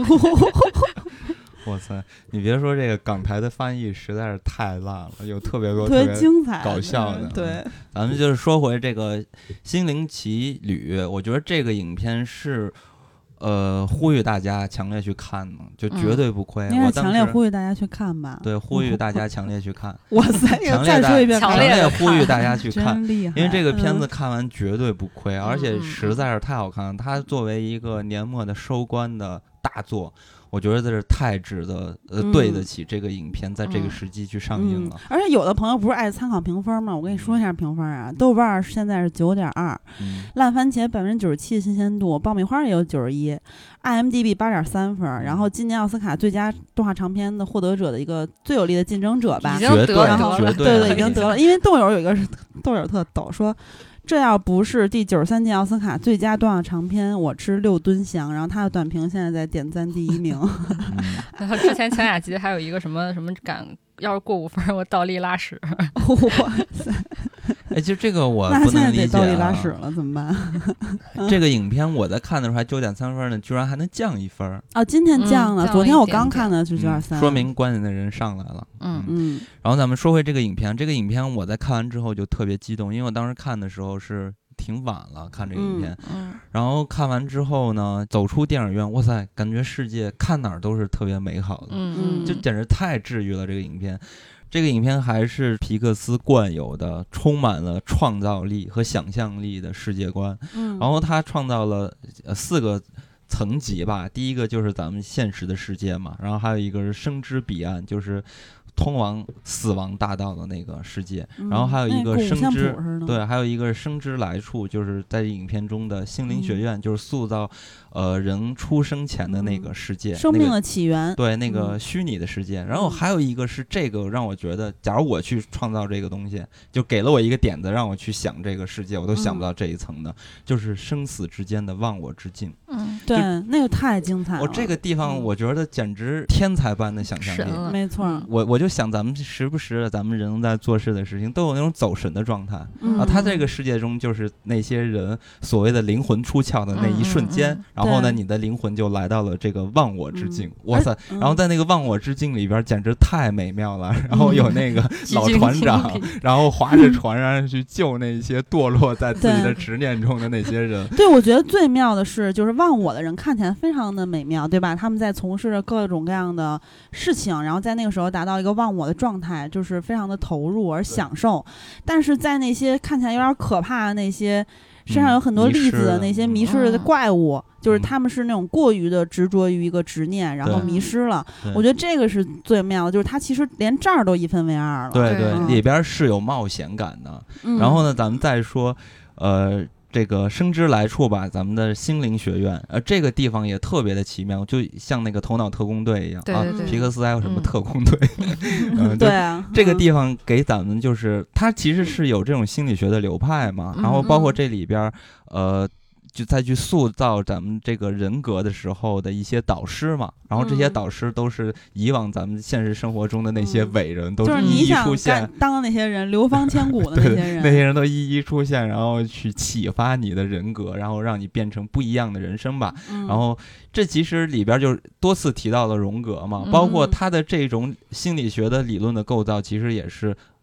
哇塞，你别说这个港台的翻译实在是太烂了，有特别多特别精彩搞笑的。 对， 咱们就是说回这个心灵奇旅，我觉得这个影片是呃呼吁大家强烈去看的，就绝对不亏。 嗯、 我强烈呼吁大家去看吧。 对，呼吁大家强烈去看。 哇塞，再说一遍， 强烈呼吁大家去看， 因为这个片子看完绝对不亏，嗯、而且实在是太好看了。它作为一个年末的收官的大作，我觉得这是太值得呃、嗯、对得起这个影片在这个时机去上映了、 嗯。而且有的朋友不是爱参考评分吗？我跟你说一下评分啊，豆瓣现在是九点二，烂番茄百分之九十七的新鲜度，爆米花也有九十一 ，I M D B 八点三分。然后今年奥斯卡最佳动画长片的获得者的一个最有力的竞争者吧， 已经得了， 然后绝对对已经得了。因为豆友有一个豆友特逗说。这要不是第九十三届奥斯卡最佳动画长片，我吃六吨香。然后他的短评现在在点赞第一名。 然后之前前两集还有一个什么什么感，要是过五分我倒立拉屎。 哇塞！ 哎，就这个我不能理解、啊。 那现在得倒立拉屎了，怎么办？ 这个影片我在看的时候还九点三分呢，居然还能降一分啊！今天降了， 嗯、 昨天我刚看的是九点三， 说明观影的人上来了。 嗯嗯。 然后咱们说回这个影片，这个影片我在看完之后就特别激动，因为我当时看的时候是挺晚了，看这个影片， 嗯嗯、 然后看完之后呢，走出电影院，哇塞，感觉世界看哪儿都是特别美好的， 嗯， 就简直太治愈了。这个影片，这个影片还是皮克斯惯有的，充满了创造力和想象力的世界观。 嗯， 然后他创造了呃四个层级吧，第一个就是咱们现实的世界嘛，然后还有一个是生之彼岸，就是通往死亡大道的那个世界， 嗯、 然后还有一个生之、 那个、 对，还有一个是生之来处，就是在影片中的心灵学院，嗯、就是塑造呃人出生前的那个世界， 嗯、生命的起源， 那个、对那个虚拟的世界。嗯、然后还有一个是这个让我觉得，假如我去创造这个东西，就给了我一个点子让我去想这个世界，我都想不到这一层的，嗯、就是生死之间的忘我之境。 嗯， 对，那个太精彩了。 我这个地方我觉得简直天才般的想象力， 嗯、没错。 我我就想咱们时不时咱们人在做事的事情都有那种走神的状态、 嗯、 啊，他这个世界中就是那些人所谓的灵魂出窍的那一瞬间、 嗯嗯、 然后呢你的灵魂就来到了这个忘我之境、嗯、哇塞、 嗯、 然后在那个忘我之境里边简直太美妙了、嗯、然后有那个老团长、嗯、然后划着船上去救那些堕落在自己的执念中的那些人。 对，我觉得最妙的是就是忘我的人看起来非常的美妙，对吧？他们在从事着各种各样的事情，然后在那个时候达到一个忘我的状态，就是非常的投入而享受。但是在那些看起来有点可怕的那些身上有很多粒子的那些迷失的怪物、嗯、就是他们是那种过于的执着于一个执念，然后迷失了。我觉得这个是最妙的，就是他其实连这儿都一分为二了。 对对、 嗯、 里边是有冒险感的、嗯、然后呢咱们再说呃这个生之来处吧，咱们的心灵学院，呃，这个地方也特别的奇妙，就像那个头脑特工队一样。 对对对， 啊，皮克斯还有什么特工队？ 嗯嗯、对啊， 这个地方给咱们就是，它其实是有这种心理学的流派嘛， 嗯、 然后包括这里边，呃。就再去塑造咱们这个人格的时候的一些导师嘛，然后这些导师都是以往咱们现实生活中的那些伟人， 嗯、 都一一出现， 就是、当的那些人流芳千古的那些人， 那些人都一一出现，然后去启发你的人格，然后让你变成不一样的人生吧。 嗯、 然后这其实里边就多次提到了荣格嘛，包括他的这种心理学的理论的构造，其实也是。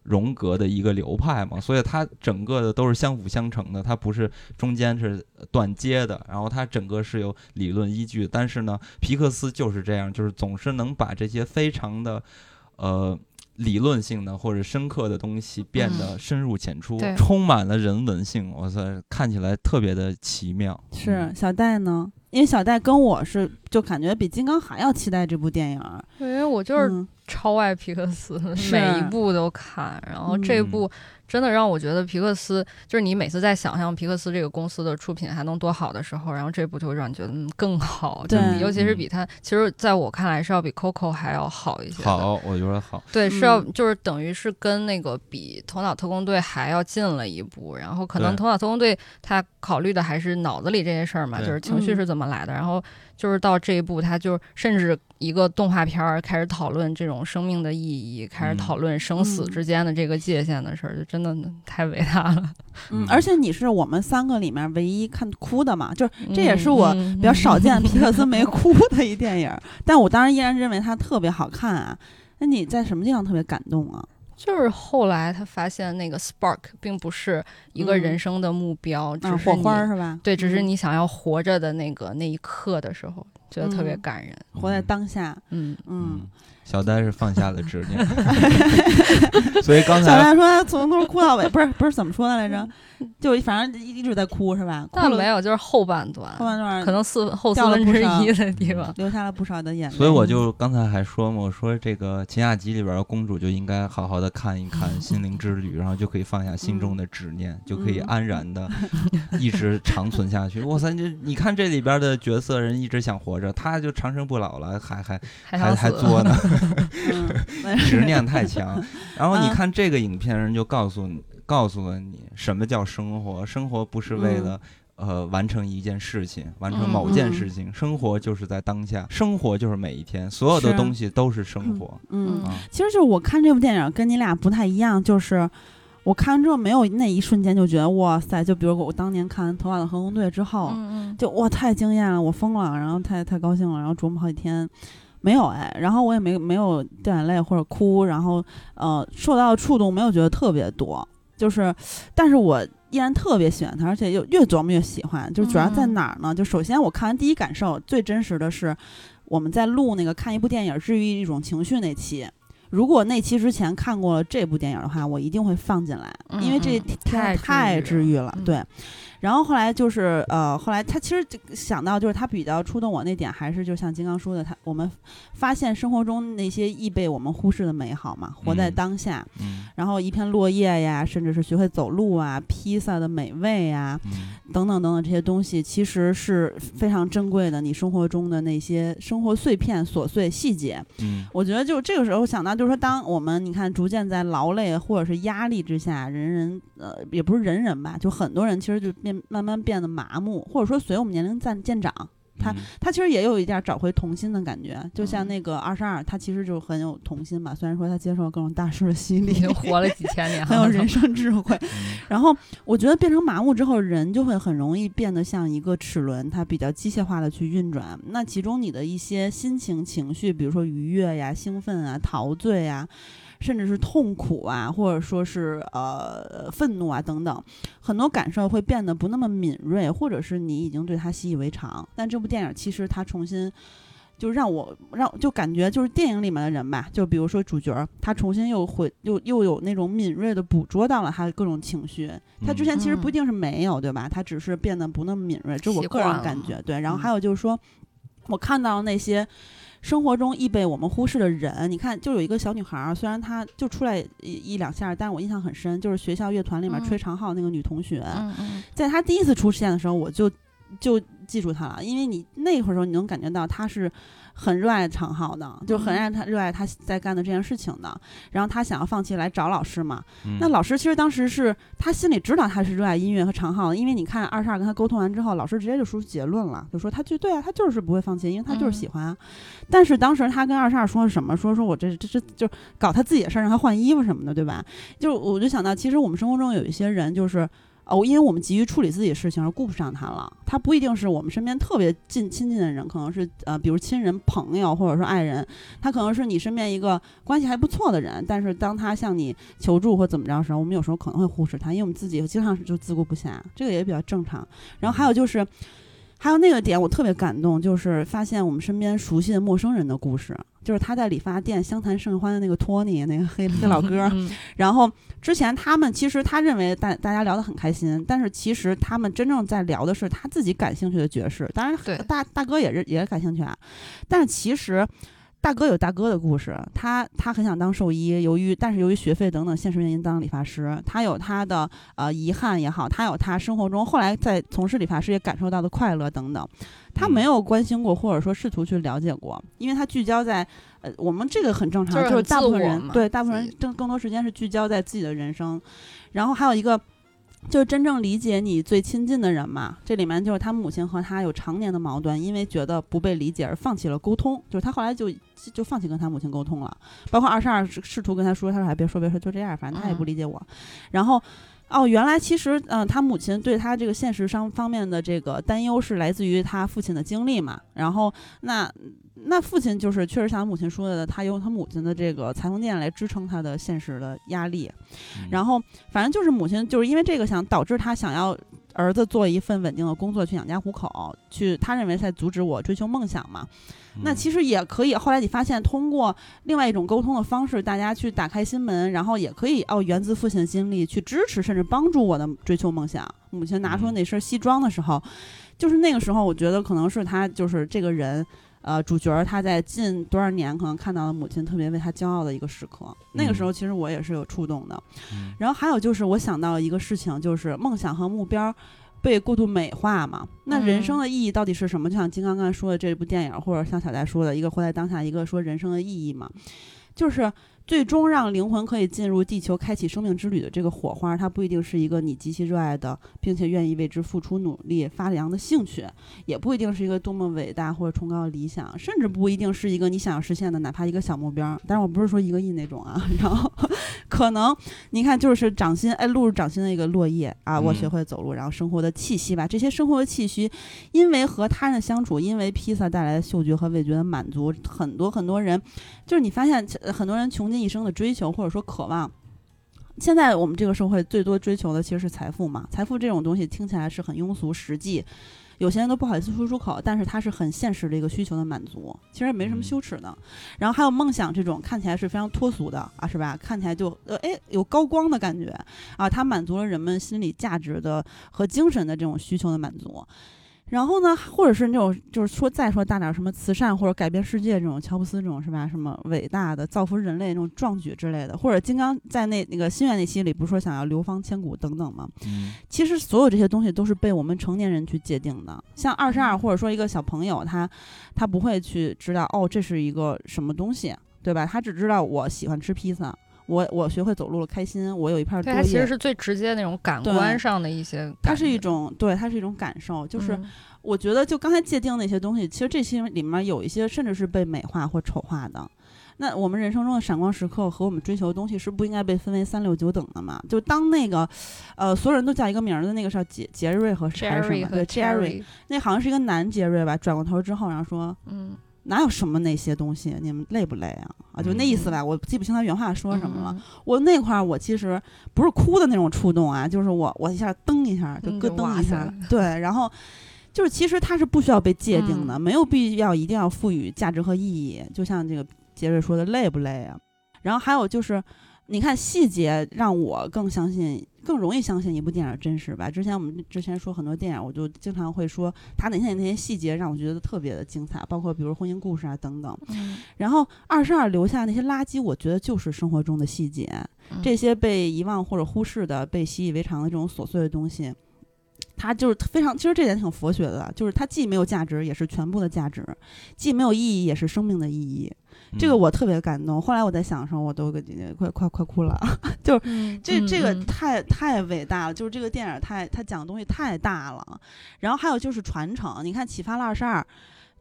荣格的一个流派嘛，所以它整个的都是相辅相成的，它不是中间是断接的，然后它整个是有理论依据的。但是呢，皮克斯就是这样，就是总是能把这些非常的呃理论性的或者深刻的东西变得深入浅出， 嗯、 充满了人文性，哇塞，看起来特别的奇妙。 是小戴呢？因为小戴跟我是就感觉比金刚还要期待这部电影， 因为我就是超爱皮克斯，嗯、每一部都看，然后这部真的让我觉得皮克斯、嗯、就是你每次在想象皮克斯这个公司的出品还能多好的时候，然后这部就会让你觉得、嗯、更好， 对， 就尤其是比它、嗯、其实在我看来是要比 Coco 还要好一些的。 好，我觉得好。 对，是要、嗯、就是等于是跟那个比头脑特工队还要近了一步，然后可能头脑特工队他考虑的还是脑子里这些事儿嘛，就是情绪是怎么来的，然后就是到这一步他就甚至一个动画片开始讨论这种生命的意义，开始讨论生死之间的这个界限的事儿、嗯、就真的太伟大了。 嗯，而且你是我们三个里面唯一看哭的嘛，就是这也是我比较少见皮克斯没哭的一电影、嗯、但我当然依然认为它特别好看啊。那你在什么地方特别感动啊？ 就是后来他发现那个 spark 并不是一个人生的目标、 嗯、 只是火花是吧？ 对，只是你想要活着的那个、嗯、那一刻的时候觉得特别感人、 嗯、活在当下。 嗯嗯， 小戴是放下了执念所以刚才小戴说他从头哭到尾，不是不是怎么说的来着，就反正一直在哭是吧？ 但没有，就是后半段后半段可能四后四分之一的地方留下了不少的眼泪。 所以我就刚才还说嘛，我说这个秦雅集里边的公主就应该好好的看一看心灵之旅然后就可以放下心中的执念、嗯、就可以安然的一直长存下去。哇塞，你看这里边的角色人一直想活着，他就长生不老了，还还还还作呢执念太强。然后你看这个影片人就告诉你告诉了你什么叫生活，生活不是为了、嗯、呃完成一件事情，完成某件事情、嗯、生活就是在当下，生活就是每一天，所有的东西都是生活。 嗯, 嗯、啊、其实就是我看这部电影跟你俩不太一样，就是我看完之后没有那一瞬间就觉得哇塞，就比如我当年看《头发的特工队》之后、嗯、就哇太惊艳了，我疯了，然后太太高兴了，然后琢磨好几天没有哎，然后我也没没有掉眼泪或者哭，然后呃受到的触动没有觉得特别多，就是但是我依然特别喜欢它，而且又越琢磨越喜欢。就主要在哪儿呢、嗯、就首先我看完第一感受最真实的是我们在录那个看一部电影治愈一种情绪那期，如果那期之前看过了这部电影的话我一定会放进来、嗯、因为这太太治愈了、嗯、对。然后后来就是呃，后来他其实想到就是他比较触动我那点，还是就像金刚说的，他我们发现生活中那些易被我们忽视的美好嘛，活在当下。 嗯、 然后一片落叶呀，甚至是学会走路啊，披萨的美味呀， 嗯、 等等等等这些东西，其实是非常珍贵的。你生活中的那些生活碎片、琐碎细节， 嗯， 我觉得就这个时候想到，就是说，当我们你看逐渐在劳累或者是压力之下，人人呃也不是人人吧，就很多人其实就变。慢慢变得麻木，或者说随我们年龄渐渐长，他他其实也有一点找回童心的感觉，就像那个二十二，他其实就很有童心吧，虽然说他接受了各种大师的洗礼， 已经活了几千年， 很有人生智慧。然后我觉得变成麻木之后，人就会很容易变得像一个齿轮，它比较机械化的去运转。那其中你的一些心情情绪，比如说愉悦呀、兴奋啊、陶醉啊。甚至是痛苦啊，或者说是呃愤怒啊等等，很多感受会变得不那么敏锐，或者是你已经对它习以为常。但这部电影其实它重新就让我让就感觉就是电影里面的人吧，就比如说主角，他重新又会又又有那种敏锐的捕捉到了他的各种情绪。他之前其实不一定是没有，对吧？他只是变得不那么敏锐，这是我个人感觉。对，然后还有就是说，我看到那些。生活中易被我们忽视的人，你看，就有一个小女孩，虽然她就出来一一两下，但是我印象很深，就是学校乐团里面吹长号那个女同学， 嗯嗯、 在她第一次出现的时候，我就就记住她了，因为你那会儿时候你能感觉到她是很热爱长号的，就很爱她热爱她在干的这件事情的，然后她想要放弃来找老师嘛， 嗯、 那老师其实当时是他心里知道她是热爱音乐和长号的，因为你看二十二跟她沟通完之后，老师直接就说出结论了，就说她就对啊，她就是不会放弃，因为她就是喜欢啊。嗯、但是当时她跟二十二说什么？说说我这这这就搞她自己的事儿，让她换衣服什么的，对吧？就我就想到，其实我们生活中有一些人就是。 哦，因为我们急于处理自己的事情而顾不上他了。他不一定是我们身边特别近亲近的人，可能是呃，比如亲人、朋友或者说爱人，他可能是你身边一个关系还不错的人，但是当他向你求助或怎么着的时候，我们有时候可能会忽视他，因为我们自己经常就自顾不暇，这个也比较正常。然后还有就是。还有那个点我特别感动，就是发现我们身边熟悉的陌生人的故事，就是他在理发店相谈甚欢的那个托尼，那个黑黑老哥。然后之前他们其实他认为大大家聊得很开心，但是其实他们真正在聊的是他自己感兴趣的爵士，当然大大哥也是也感兴趣啊，但是其实。大哥有大哥的故事，他他很想当兽医，由于但是由于学费等等现实原因当理发师，他有他的呃遗憾也好，他有他生活中后来在从事理发师也感受到的快乐等等，他没有关心过或者说试图去了解过，因为他聚焦在呃我们这个很正常， 就是、 就是大部分人对大部分人更更多时间是聚焦在自己的人生，然后还有一个。就是真正理解你最亲近的人嘛，这里面就是他母亲和他有常年的矛盾，因为觉得不被理解而放弃了沟通，就是他后来就就放弃跟他母亲沟通了，包括二十二试图跟他说，他说还别说别说就这样，反正他也不理解我，嗯、然后。哦，原来其实，嗯、呃，他母亲对他这个现实上方面的这个担忧是来自于他父亲的经历嘛。然后，那那父亲就是确实像母亲说的，他用他母亲的这个裁缝店来支撑他的现实的压力。然后，反正就是母亲就是因为这个想导致他想要儿子做一份稳定的工作去养家糊口，去他认为在阻止我追求梦想嘛。那其实也可以，后来你发现通过另外一种沟通的方式，大家去打开心门，然后也可以哦源自父亲的经历去支持甚至帮助我的追求梦想。母亲拿出那身西装的时候，就是那个时候我觉得可能是他就是这个人呃主角他在近多少年可能看到了母亲特别为他骄傲的一个时刻，那个时候其实我也是有触动的。然后还有就是我想到一个事情，就是梦想和目标被过度美化嘛，那人生的意义到底是什么？就像金刚刚才说的这部电影，或者像小戴说的一个活在当下，一个说人生的意义嘛，就是最终让灵魂可以进入地球开启生命之旅的这个火花，它不一定是一个你极其热爱的并且愿意为之付出努力发扬的兴趣，也不一定是一个多么伟大或者崇高的理想，甚至不一定是一个你想要实现的哪怕一个小目标，但是我不是说一个亿那种啊，然后可能你看就是掌心哎露入掌心的一个落叶啊，我学会走路，然后生活的气息吧，这些生活的气息因为和他人的相处，因为披萨带来的嗅觉和味觉的满足，很多很多人就是你发现很多人穷尽一生的追求或者说渴望，现在我们这个社会最多追求的其实是财富嘛，财富这种东西听起来是很庸俗实际，有些人都不好意思说出口，但是它是很现实的一个需求的满足，其实也没什么羞耻的。然后还有梦想这种看起来是非常脱俗的啊，是吧？看起来就呃哎有高光的感觉啊，它满足了人们心理价值的和精神的这种需求的满足。然后呢，或者是那种就是说再说大点什么慈善或者改变世界这种乔布斯这种是吧？什么伟大的造福人类那种壮举之类的，或者金刚在那那个心愿那期里不是说想要流芳千古等等吗？嗯，其实所有这些东西都是被我们成年人去界定的。像二十二或者说一个小朋友，他他不会去知道哦这是一个什么东西，对吧？他只知道我喜欢吃披萨。我我学会走路了，开心。我有一片多叶， 它其实是最直接那种感官上的一些感， 它是一种对，它是一种感受。就是我觉得，就刚才界定那些东西，其实这些里面有一些甚至是被美化或丑化的。那我们人生中的闪光时刻和我们追求的东西是不应该被分为三六九等的嘛？就当那个，呃，所有人都叫一个名儿的那个是杰杰瑞和还是什么？对 ，Jerry， 那好像是一个男杰瑞吧？转过头之后，然后说，嗯。哪有什么那些东西？你们累不累啊？啊，就那意思吧。我记不清他原话说什么了。嗯、我那块儿我其实不是哭的那种触动啊，就是我我一下噔一下就咯噔一下，嗯、对，然后就是其实它是不需要被界定的，嗯、没有必要一定要赋予价值和意义。就像这个杰瑞说的，累不累啊？然后还有就是。你看细节让我更相信，更容易相信一部电影真实吧。之前我们之前说很多电影，我就经常会说他那些那些细节让我觉得特别的精彩，包括比如婚姻故事啊等等。嗯、然后二十二留下那些垃圾，我觉得就是生活中的细节，嗯、这些被遗忘或者忽视的、被习以为常的这种琐碎的东西。它就是非常，其实这点挺佛学的，就是它既没有价值，也是全部的价值；既没有意义，也是生命的意义。这个我特别感动。后来我在想的时候，我都快快快哭了。就是这这个太太伟大了，就是这个电影太它讲的东西太大了。然后还有就是传承，你看启发了二十二。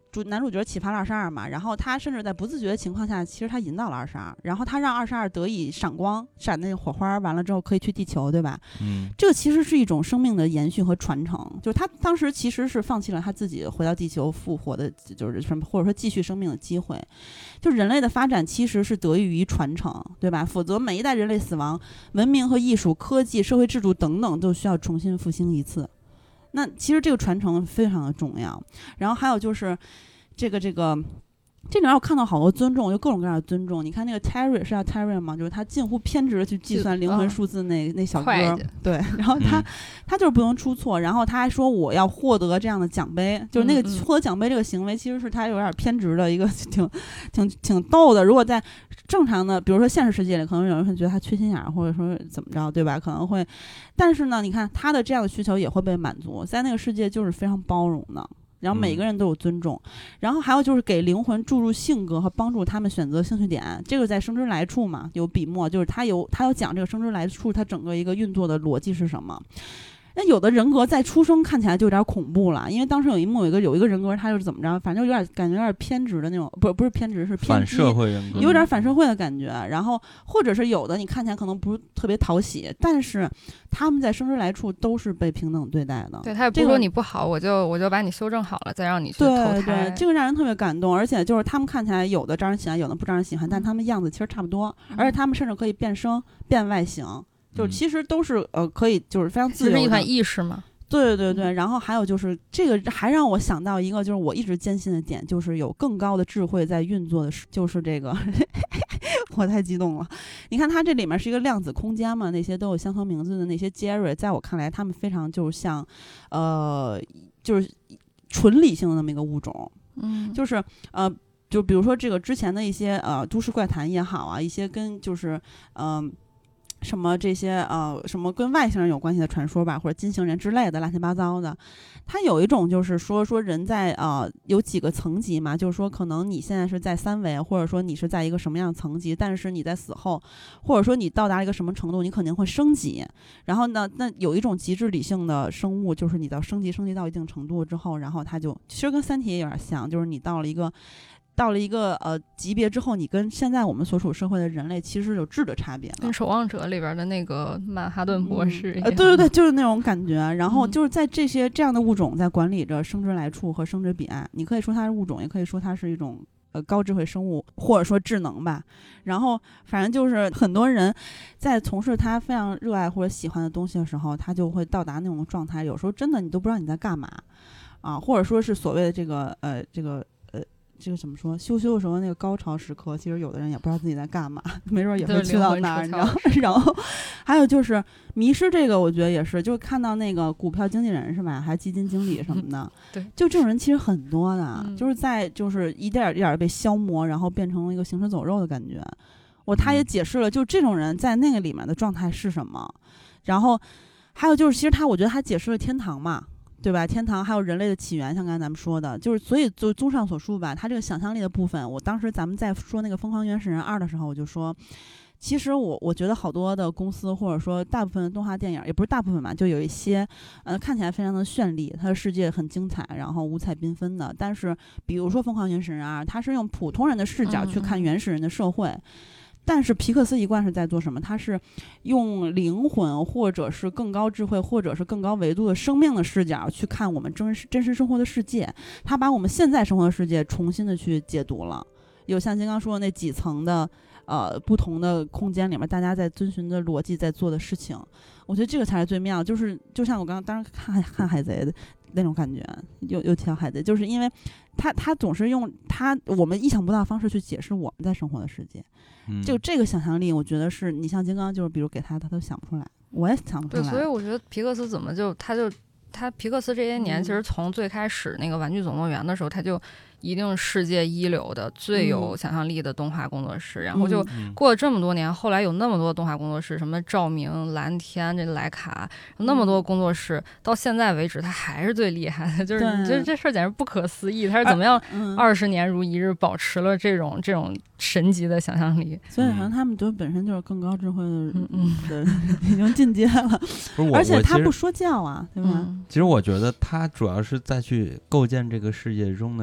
主男主角启发了二十二嘛，然后他甚至在不自觉的情况下，其实他引导了二十二，然后他让二十二得以闪光，闪那个火花，完了之后可以去地球，对吧？ 嗯， 这个其实是一种生命的延续和传承，就是他当时其实是放弃了他自己回到地球复活的，就是什么或者说继续生命的机会。就人类的发展其实是得益于传承，对吧？否则每一代人类死亡，文明和艺术、科技、社会制度等等都需要重新复兴一次。那其实这个传承非常的重要。然后还有就是这个这个这里面我看到好多尊重，就各种各样的尊重。你看那个 Terry 是叫 Terry 吗？就是他近乎偏执的去计算灵魂数字那、哦、那小哥，对，然后他、嗯、他就是不能出错，然后他还说我要获得这样的奖杯，就是那个获得奖杯这个行为其实是他有点偏执的一个挺挺挺逗的。如果在正常的比如说现实世界里，可能有人会觉得他缺心眼或者说怎么着，对吧？可能会，但是呢你看他的这样的需求也会被满足，在那个世界就是非常包容的，然后每个人都有尊重、嗯、然后还有就是给灵魂注入性格和帮助他们选择兴趣点，这个在生之来处嘛有笔墨，就是他有他有讲这个生之来处他整个一个运作的逻辑是什么。那有的人格在出生看起来就有点恐怖了，因为当时有一幕有一个有一个人格他就是怎么着，反正有点感觉有点偏执的那种，不不是偏执是偏反社会人格， 有点反社会的感觉。然后或者是有的你看起来可能不是特别讨喜，但是他们在生之来处都是被平等对待的。 对，他也不说你不好、这个、我就我就把你修正好了再让你去投胎。 对对，这个让人特别感动。而且就是他们看起来有的招人喜欢有的不招人喜欢，但他们样子其实差不多、嗯、而且他们甚至可以变声变外形，就是其实都是呃可以就是非常自由的， 其实一款意识嘛。 对对对，然后还有就是这个还让我想到一个就是我一直坚信的点，就是有更高的智慧在运作的，就是这个我太激动了。你看它这里面是一个量子空间嘛，那些都有相同名字的那些 Jerry， 在我看来他们非常就是像呃就是纯理性的那么一个物种。 嗯， 就是呃就比如说这个之前的一些呃都市怪谈也好啊，一些跟就是嗯。呃什么这些呃什么跟外星人有关系的传说吧，或者金星人之类的乱七八糟的，它有一种就是说说人在呃有几个层级嘛，就是说可能你现在是在三维，或者说你是在一个什么样的层级，但是你在死后，或者说你到达一个什么程度，你肯定会升级。然后呢，那有一种极致理性的生物，就是你到升级升级到一定程度之后，然后它就其实跟三体也有点像，就是你到了一个。到了一个呃级别之后，你跟现在我们所处社会的人类其实有质的差别的， 跟守望者里边的那个曼哈顿博士一样、 嗯呃、对对对，就是那种感觉。然后就是在这些这样的物种在管理着生之来处和生之彼岸，你可以说它是物种，也可以说它是一种呃高智慧生物，或者说智能吧。然后反正就是很多人在从事他非常热爱或者喜欢的东西的时候，他就会到达那种状态，有时候真的你都不知道你在干嘛啊，或者说是所谓的这个呃这个这个怎么说？羞羞的时候那个高潮时刻，其实有的人也不知道自己在干嘛，没准也会去到那儿，你知道。然后还有就是迷失这个，我觉得也是，就是看到那个股票经纪人是吧，还基金经理什么的， 对， 就这种人其实很多的， 嗯、 就是在就是一点一点被消磨，然后变成了一个行尸走肉的感觉。我他也解释了，就这种人在那个里面的状态是什么。然后还有就是，其实他我觉得他解释了天堂嘛。对吧？天堂还有人类的起源，像刚才咱们说的，就是所以就综上所述吧，它这个想象力的部分，我当时咱们在说那个《疯狂原始人二》的时候，我就说，其实我我觉得好多的公司或者说大部分的动画电影，也不是大部分吧，就有一些呃看起来非常的绚丽，它的世界很精彩，然后五彩缤纷的，但是比如说《疯狂原始人二》，它是用普通人的视角去看原始人的社会。嗯但是皮克斯一贯是在做什么？它是用灵魂，或者是更高智慧，或者是更高维度的生命的视角去看我们真实真实生活的世界。它把我们现在生活的世界重新的去解读了，有像金刚说的那几层的呃不同的空间里面，大家在遵循的逻辑在做的事情。我觉得这个才是最妙，就是就像我刚刚当时看看海贼的那种感觉，又又提到海贼，就是因为他他总是用他我们意想不到的方式去解释我们在生活的世界。就这个想象力，我觉得是你像金刚，就是比如给他，他都想不出来，我也想不出来。 对，所以我觉得皮克斯怎么就他就他皮克斯这些年， 嗯、 其实从最开始那个《玩具总动员》的时候，他就一定世界一流的、最有想象力的动画工作室。嗯、然后就过了这么多年，后来有那么多动画工作室，什么照明、蓝天、这莱卡，那么多工作室，嗯、到现在为止，他还是最厉害的。就是你觉得这事儿简直不可思议，他是怎么样二十年如一日保持了这种这种神级的想象力？ 所以好像他们都本身就是更高智慧的人，嗯嗯，已经进阶了。 不是我， 而且他不说教啊，对吧？ 其实我觉得他主要是再去构建这个世界中的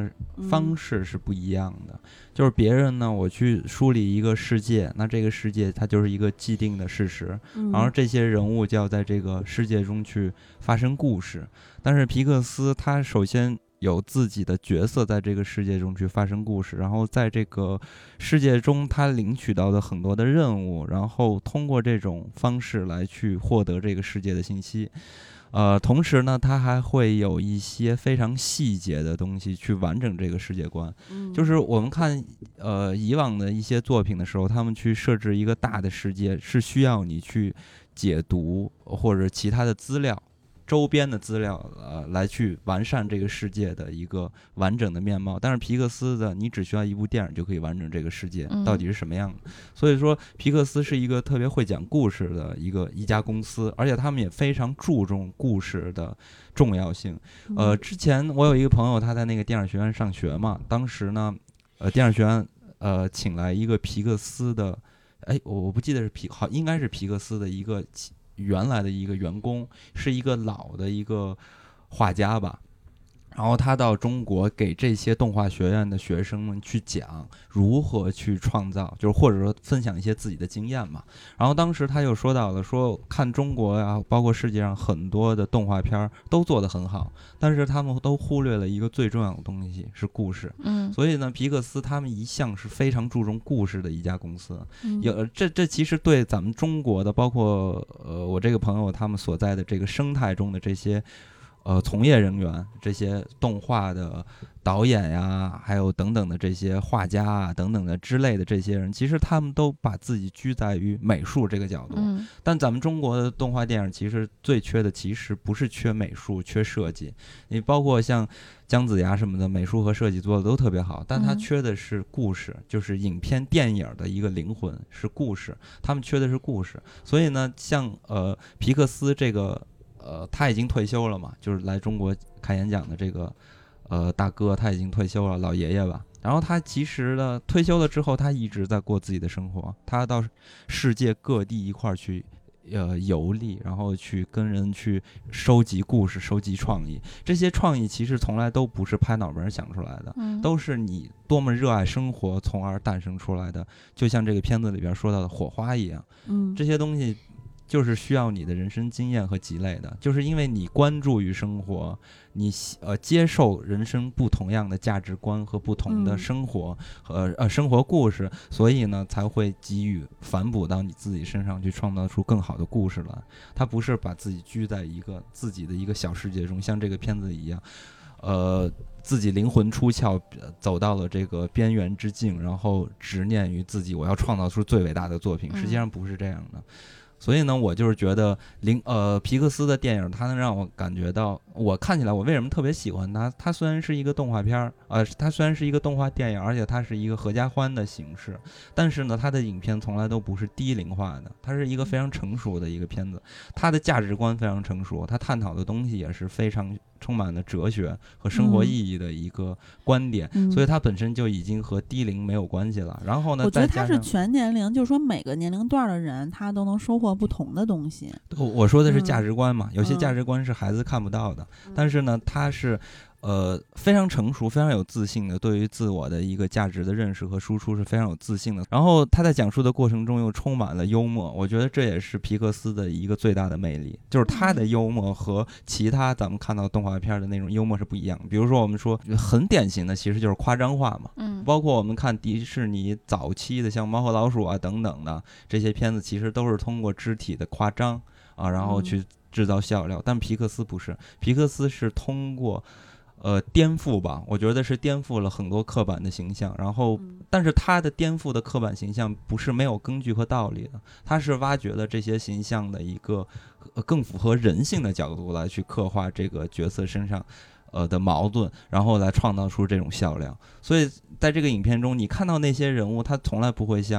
方式是不一样的。嗯、就是别人呢，我去梳理一个世界，那这个世界它就是一个既定的事实， 嗯、 然后这些人物就要在这个世界中去发生故事。但是皮克斯他首先有自己的角色在这个世界中去发生故事，然后在这个世界中他领取到的很多的任务，然后通过这种方式来去获得这个世界的信息。呃，同时呢，它还会有一些非常细节的东西去完整这个世界观。 嗯、 就是我们看呃以往的一些作品的时候，他们去设置一个大的世界，是需要你去解读或者其他的资料。周边的资料呃来去完善这个世界的一个完整的面貌，但是皮克斯的你只需要一部电影就可以完整这个世界到底是什么样的。嗯、所以说皮克斯是一个特别会讲故事的一个一家公司，而且他们也非常注重故事的重要性。呃，之前我有一个朋友他在那个电影学院上学嘛，当时呢，呃，电影学院呃请来一个皮克斯的，哎，我不记得是皮好应该是皮克斯的一个。原来的一个员工是一个老的一个画家吧，然后他到中国给这些动画学院的学生们去讲如何去创造，就是或者说分享一些自己的经验嘛。然后当时他又说到了说看中国呀、啊，包括世界上很多的动画片都做得很好，但是他们都忽略了一个最重要的东西是故事。 嗯， 所以呢，皮克斯他们一向是非常注重故事的一家公司。 嗯、 有这这其实对咱们中国的，包括呃我这个朋友他们所在的这个生态中的这些。呃，从业人员，这些动画的导演呀，还有等等的这些画家啊，等等的之类的这些人，其实他们都把自己居在于美术这个角度。 嗯、 但咱们中国的动画电影其实最缺的，其实不是缺美术，缺设计。你包括像姜子牙什么的，美术和设计做的都特别好，但他缺的是故事，嗯、就是影片电影的一个灵魂是故事，他们缺的是故事。所以呢，像呃皮克斯这个。呃，他已经退休了嘛，就是来中国开演讲的这个，呃，大哥他已经退休了，老爷爷吧。然后他其实呢，退休了之后，他一直在过自己的生活，他到世界各地一块儿去，呃，游历，然后去跟人去收集故事、收集创意。这些创意其实从来都不是拍脑门想出来的， 嗯、 都是你多么热爱生活，从而诞生出来的。就像这个片子里边说到的火花一样， 嗯， 这些东西。就是需要你的人生经验和积累的，就是因为你关注于生活，你呃接受人生不同样的价值观和不同的生活和、嗯、呃生活故事，所以呢才会给予反哺到你自己身上，去创造出更好的故事来。他不是把自己居在一个自己的一个小世界中，像这个片子一样，呃。自己灵魂出窍，走到了这个边缘之境，然后执念于自己，我要创造出最伟大的作品。实际上不是这样的。所以呢，我就是觉得林呃皮克斯的电影，它能让我感觉到，我看起来我为什么特别喜欢它？它虽然是一个动画片儿，呃，它虽然是一个动画电影，而且它是一个合家欢的形式，但是呢，它的影片从来都不是低龄化的，它是一个非常成熟的一个片子，它的价值观非常成熟，它探讨的东西也是非常充满了哲学和生活意义的一个观点， 嗯、 所以它本身就已经和低龄没有关系了。然后呢， 我觉得它是全年龄，就是说每个年龄段的人，他都能收获不同的东西。 我我说的是价值观嘛， 嗯、 有些价值观是孩子看不到的， 嗯、 但是呢，它是。呃，非常成熟，非常有自信的，对于自我的一个价值的认识和输出是非常有自信的。然后他在讲述的过程中又充满了幽默，我觉得这也是皮克斯的一个最大的魅力，就是他的幽默和其他咱们看到动画片的那种幽默是不一样的。比如说我们说很典型的，其实就是夸张化嘛， 嗯， 包括我们看迪士尼早期的像猫和老鼠啊等等的这些片子，其实都是通过肢体的夸张啊，然后去制造笑料。但皮克斯不是，皮克斯是通过呃，颠覆吧，我觉得是颠覆了很多刻板的形象，然后，但是他的颠覆的刻板形象不是没有根据和道理的，他是挖掘了这些形象的一个、呃、更符合人性的角度来去刻画这个角色身上呃的矛盾，然后来创造出这种笑料。所以在这个影片中，你看到那些人物，他从来不会像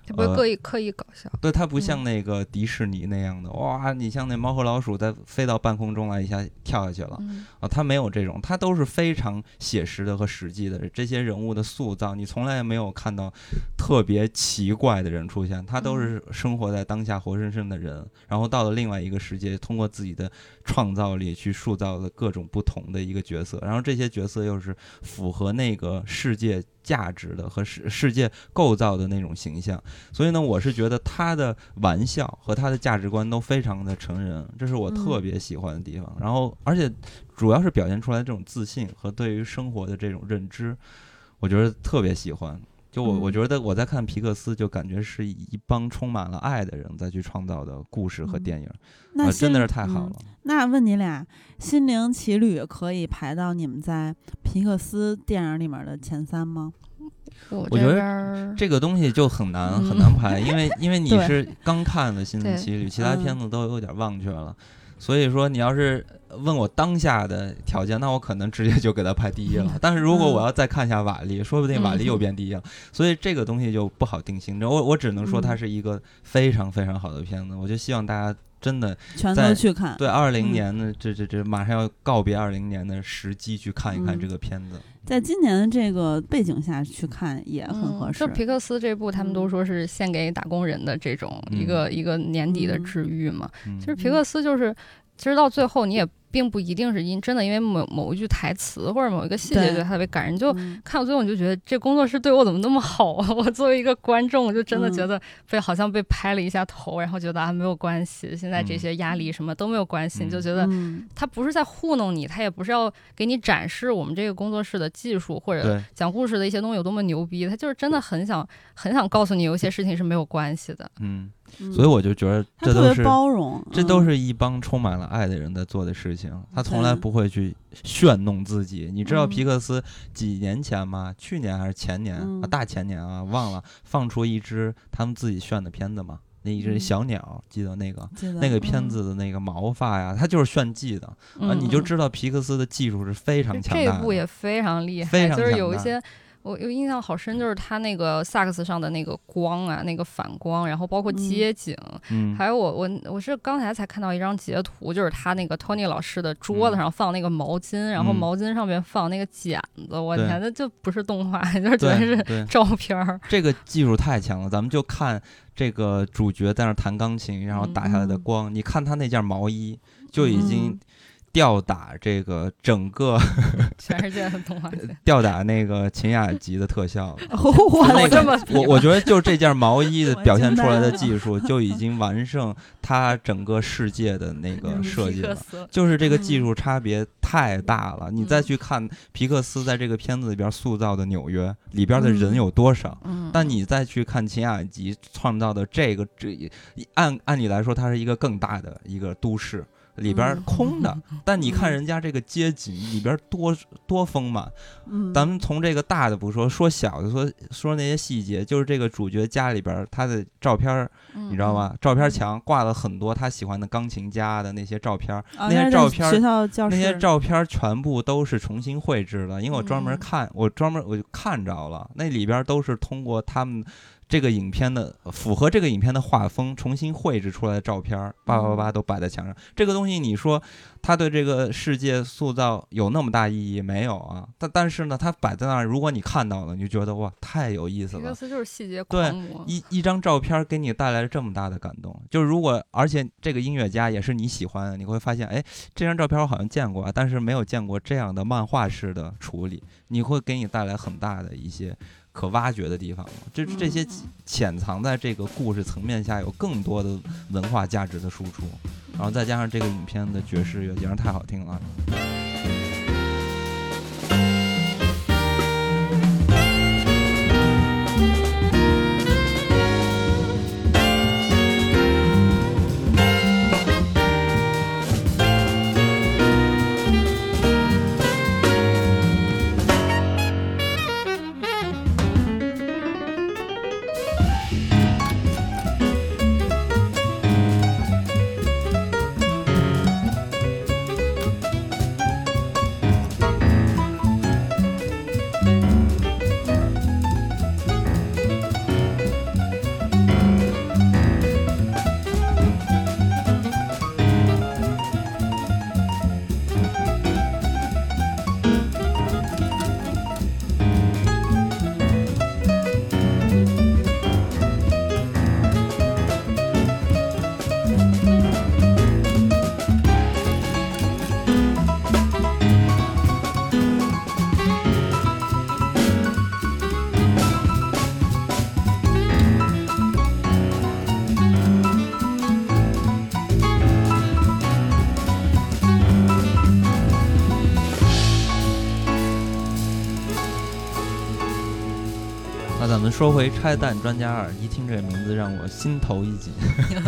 他不会刻意、呃、刻意搞笑， 对，他不像那个迪士尼那样的、嗯、哇，你像那猫和老鼠在飞到半空中来一下跳下去了、嗯、啊，他没有这种，他都是非常写实的和实际的，这些人物的塑造你从来也没有看到特别奇怪的人出现，他都是生活在当下活生生的人、嗯、然后到了另外一个世界，通过自己的创造力去塑造了各种不同的一个角色，然后这些角色又是符合那个世界价值的和世世界构造的那种形象，所以呢我是觉得他的玩笑和他的价值观都非常的成人，这是我特别喜欢的地方、嗯、然后而且主要是表现出来这种自信和对于生活的这种认知，我觉得特别喜欢。就我我觉得我在看皮克斯就感觉是一帮充满了爱的人再去创造的故事和电影、嗯那呃、真的是太好了、嗯、 那问你俩，心灵奇旅可以排到你们在皮克斯电影里面的前三吗？ 我觉得这个东西就很难、嗯、很难排，因为因为你是刚看的心灵奇旅，其他片子都有点忘却了、嗯，所以说你要是问我当下的条件，那我可能直接就给他排第一了、嗯、但是如果我要再看一下瓦力、嗯、说不定瓦力又变第一了、嗯、所以这个东西就不好定性，我我只能说它是一个非常非常好的片子、嗯、我就希望大家真的全都去看， 对二零年的、嗯、这这这马上要告别二零年的时机去看一看这个片子、嗯、 在今年的这个背景下去看也很合适、 嗯、就皮克斯这部他们都说是献给打工人的这种一个、嗯、一个年底的治愈嘛、嗯、其实皮克斯就是其实到最后你也并不一定是因真的因为某某一句台词或者某一个细节对他特别感人，就看到最后你就觉得这工作室对我怎么那么好啊，我作为一个观众我就真的觉得被、嗯、好像被拍了一下头，然后觉得啊没有关系，现在这些压力什么都没有关系、嗯、你就觉得他不是在糊弄你，他也不是要给你展示我们这个工作室的技术或者讲故事的一些东西有多么牛逼，他就是真的很想很想告诉你有一些事情是没有关系的。 嗯，所以我就觉得这都是包容， 这都是一帮充满了爱的人在做的事情，他从来不会去炫弄自己。你知道皮克斯几年前吗？去年还是前年、嗯、啊，大前年啊，忘了放出一支他们自己炫的片子嘛，那一只小鸟、嗯、记得那个那个片子的那个毛发呀，它就是炫技的、嗯、啊，你就知道皮克斯的技术是非常强大的， 这部也非常厉害， 非常就是有一些我有印象好深，就是他那个萨克斯上的那个光啊，那个反光，然后包括街景，嗯，还有我我我是刚才才看到一张截图，就是他那个 Tony 老师的桌子上放那个毛巾、嗯、然后毛巾上面放那个剪子、嗯、我天，那就不是动画，就是觉得是照片。 这个技术太强了，咱们就看这个主角在那弹钢琴，然后打下来的光、嗯、你看他那件毛衣就已经、嗯吊打这个整个全世界的动画界， 吊打那个秦雅集的特效了。 我那个我我觉得就这件毛衣的表现出来的技术就已经完胜它整个世界的那个设计了，就是这个技术差别太大了。你再去看皮克斯在这个片子里边塑造的纽约里边的人有多少，但你再去看秦雅集创造的这个这按按理来说它是一个更大的一个都市。里边空的、嗯、但你看人家这个街景里边多多丰满、嗯、咱们从这个大的不说，说小的说说那些细节，就是这个主角家里边他的照片、嗯、你知道吗？照片墙挂了很多他喜欢的钢琴家的那些照片、哦、那些照片学校教室那些照片全部都是重新绘制的，因为我专门看、嗯、我专门我就看着了，那里边都是通过他们这个影片的符合这个影片的画风重新绘制出来的照片，叭叭叭都摆在墙上。这个东西你说它对这个世界塑造有那么大意义没有啊？但但是呢，它摆在那儿，如果你看到了，你就觉得哇，太有意思了。 皮克斯就是细节狂魔， 对，一一张照片给你带来了这么大的感动。就是如果而且这个音乐家也是你喜欢的，你会发现，哎，这张照片我好像见过，但是没有见过这样的漫画式的处理，你会给你带来很大的一些可挖掘的地方，这这些潜藏在这个故事层面下有更多的文化价值的输出，然后再加上这个影片的爵士乐简直太好听了。 说回拆弹专家二，一听这个名字让我心头一紧。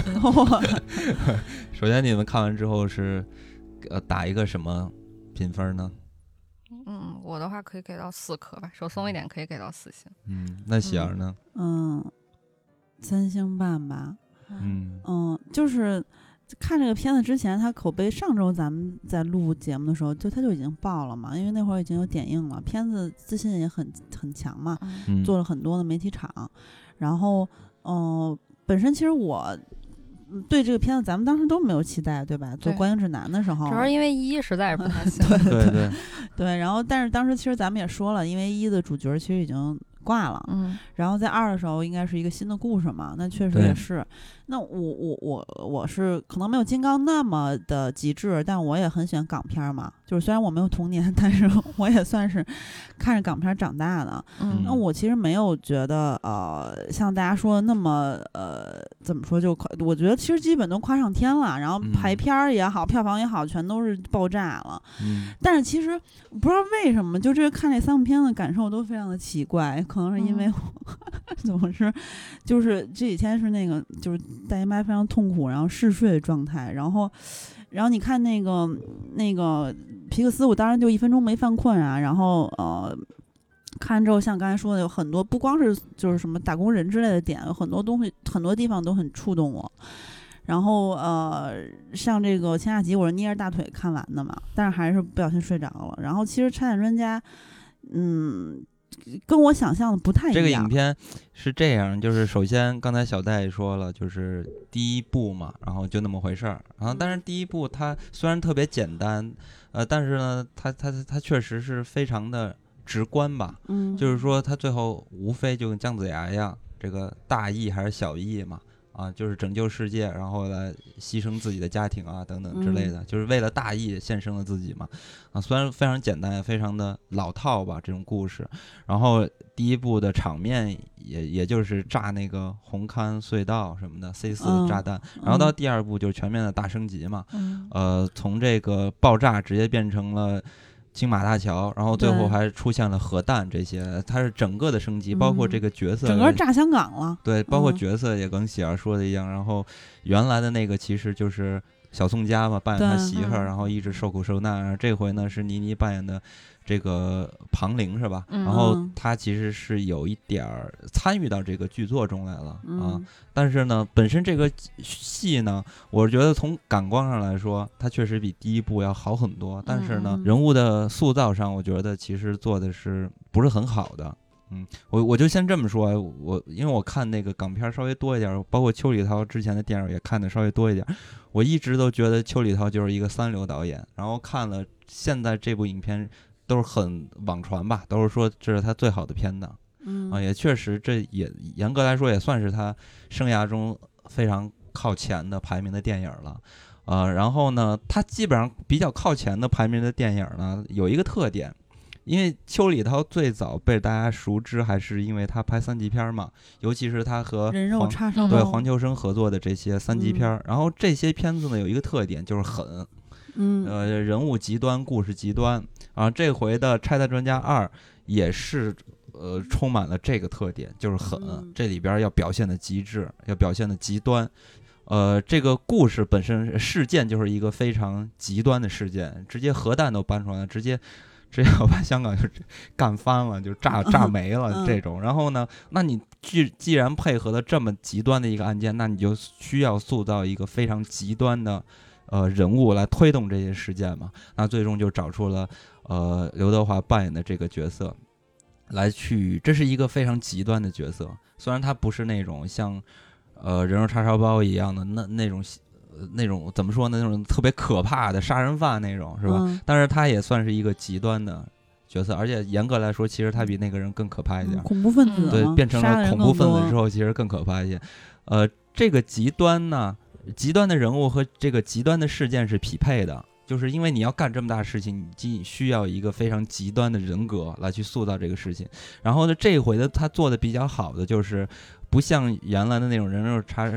首先你们看完之后是呃打一个什么评分呢？ 嗯，我的话可以给到四颗吧，手松一点可以给到四星。 嗯，那喜儿呢？ 嗯，三星半吧。 嗯嗯，就是看这个片子之前，他口碑上周咱们在录节目的时候，就他就已经爆了嘛，因为那会儿已经有点映了，片子自信也很很强嘛， 嗯、 做了很多的媒体场，然后嗯、呃，本身其实我对这个片子咱们当时都没有期待，对吧？做观影指南的时候， 主要是因为一实在是不太行。 对对对对，然后但是当时其实咱们也说了，因为一的主角其实已经挂了， 嗯， 然后在二的时候应该是一个新的故事嘛，那确实也是。那我我我我是可能没有金刚那么的极致，但我也很喜欢港片嘛。就是虽然我没有童年，但是我也算是看着港片长大的。 嗯， 那我其实没有觉得呃像大家说的那么呃怎么说就我觉得其实基本都夸上天了，然后排片儿也好，嗯、票房也好，全都是爆炸了。 嗯， 但是其实不知道为什么，就这个看这三部片子感受都非常的奇怪，可能是因为我、嗯、怎么是就是这几天是那个就是大姨妈非常痛苦，然后嗜睡的状态，然后然后你看那个那个皮克斯，我当然就一分钟没犯困啊，然后呃看之后像刚才说的有很多不光是就是什么打工人之类的点，有很多东西很多地方都很触动我。然后呃，像这个前下集我是捏着大腿看完的嘛，但是还是不小心睡着了。然后其实拆弹专家，嗯，跟我想象的不太一样。 这个影片是这样，就是首先刚才小戴也说了，就是第一部嘛，然后就那么回事儿。然后但是第一部它虽然特别简单，呃，但是呢，它它它确实是非常的直观吧。 嗯， 就是说它最后无非就跟姜子牙一样，这个大义还是小义嘛。啊，就是拯救世界，然后来牺牲自己的家庭啊，等等之类的，嗯、就是为了大义献身了自己嘛。啊，虽然非常简单，也非常的老套吧，这种故事。然后第一部的场面也也就是炸那个红磡隧道什么的 C 四 炸弹，嗯、然后到第二部就是全面的大升级嘛。嗯、呃，从这个爆炸直接变成了金马大桥，然后最后还出现了核弹，这些它是整个的升级，包括这个角色、 嗯、整个炸香港了。 对，包括角色也跟喜儿说的一样、嗯、然后原来的那个其实就是小宋佳嘛，扮演他媳妇儿、嗯、然后一直受苦受难，然后这回呢是倪妮扮演的这个庞玲是吧、嗯、然后他其实是有一点儿参与到这个剧作中来了、嗯、啊，但是呢本身这个戏呢我觉得从感官上来说它确实比第一部要好很多，但是呢、嗯、人物的塑造上我觉得其实做的是不是很好的。嗯，我我就先这么说，我因为我看那个港片稍微多一点，包括邱礼涛之前的电影也看的稍微多一点，我一直都觉得邱礼涛就是一个三流导演，然后看了现在这部影片都是很网传吧，都是说这是他最好的片子，嗯啊，也确实这也严格来说也算是他生涯中非常靠前的排名的电影了。呃，然后呢，他基本上比较靠前的排名的电影呢有一个特点。因为邱礼涛最早被大家熟知还是因为他拍三级片嘛，尤其是他和人肉叉烧包对黄秋生合作的这些三级片、嗯、然后这些片子呢有一个特点就是狠， 嗯， 呃，人物极端，故事极端，然后这回的拆弹专家二也是呃充满了这个特点，就是狠、嗯、这里边要表现的极致，要表现的极端。呃，这个故事本身事件就是一个非常极端的事件，直接核弹都搬出来了，直接直接要把香港就干翻了，就炸炸没了这种。然后呢，那你既既然配合了这么极端的一个案件，那你就需要塑造一个非常极端的呃人物来推动这些事件嘛。那最终就找出了呃刘德华扮演的这个角色来去，这是一个非常极端的角色，虽然他不是那种像呃人肉叉烧包一样的那那种。那种怎么说呢？那种特别可怕的杀人犯那种是吧、嗯？但是他也算是一个极端的角色，而且严格来说，其实他比那个人更可怕一点。 嗯、恐怖分子对，变成了恐怖分子之后，其实更可怕一些。呃，这个极端呢，极端的人物和这个极端的事件是匹配的，就是因为你要干这么大的事情，你既需要一个非常极端的人格来去塑造这个事情。然后呢，这一回的他做的比较好的就是。不像原来的那种人肉叉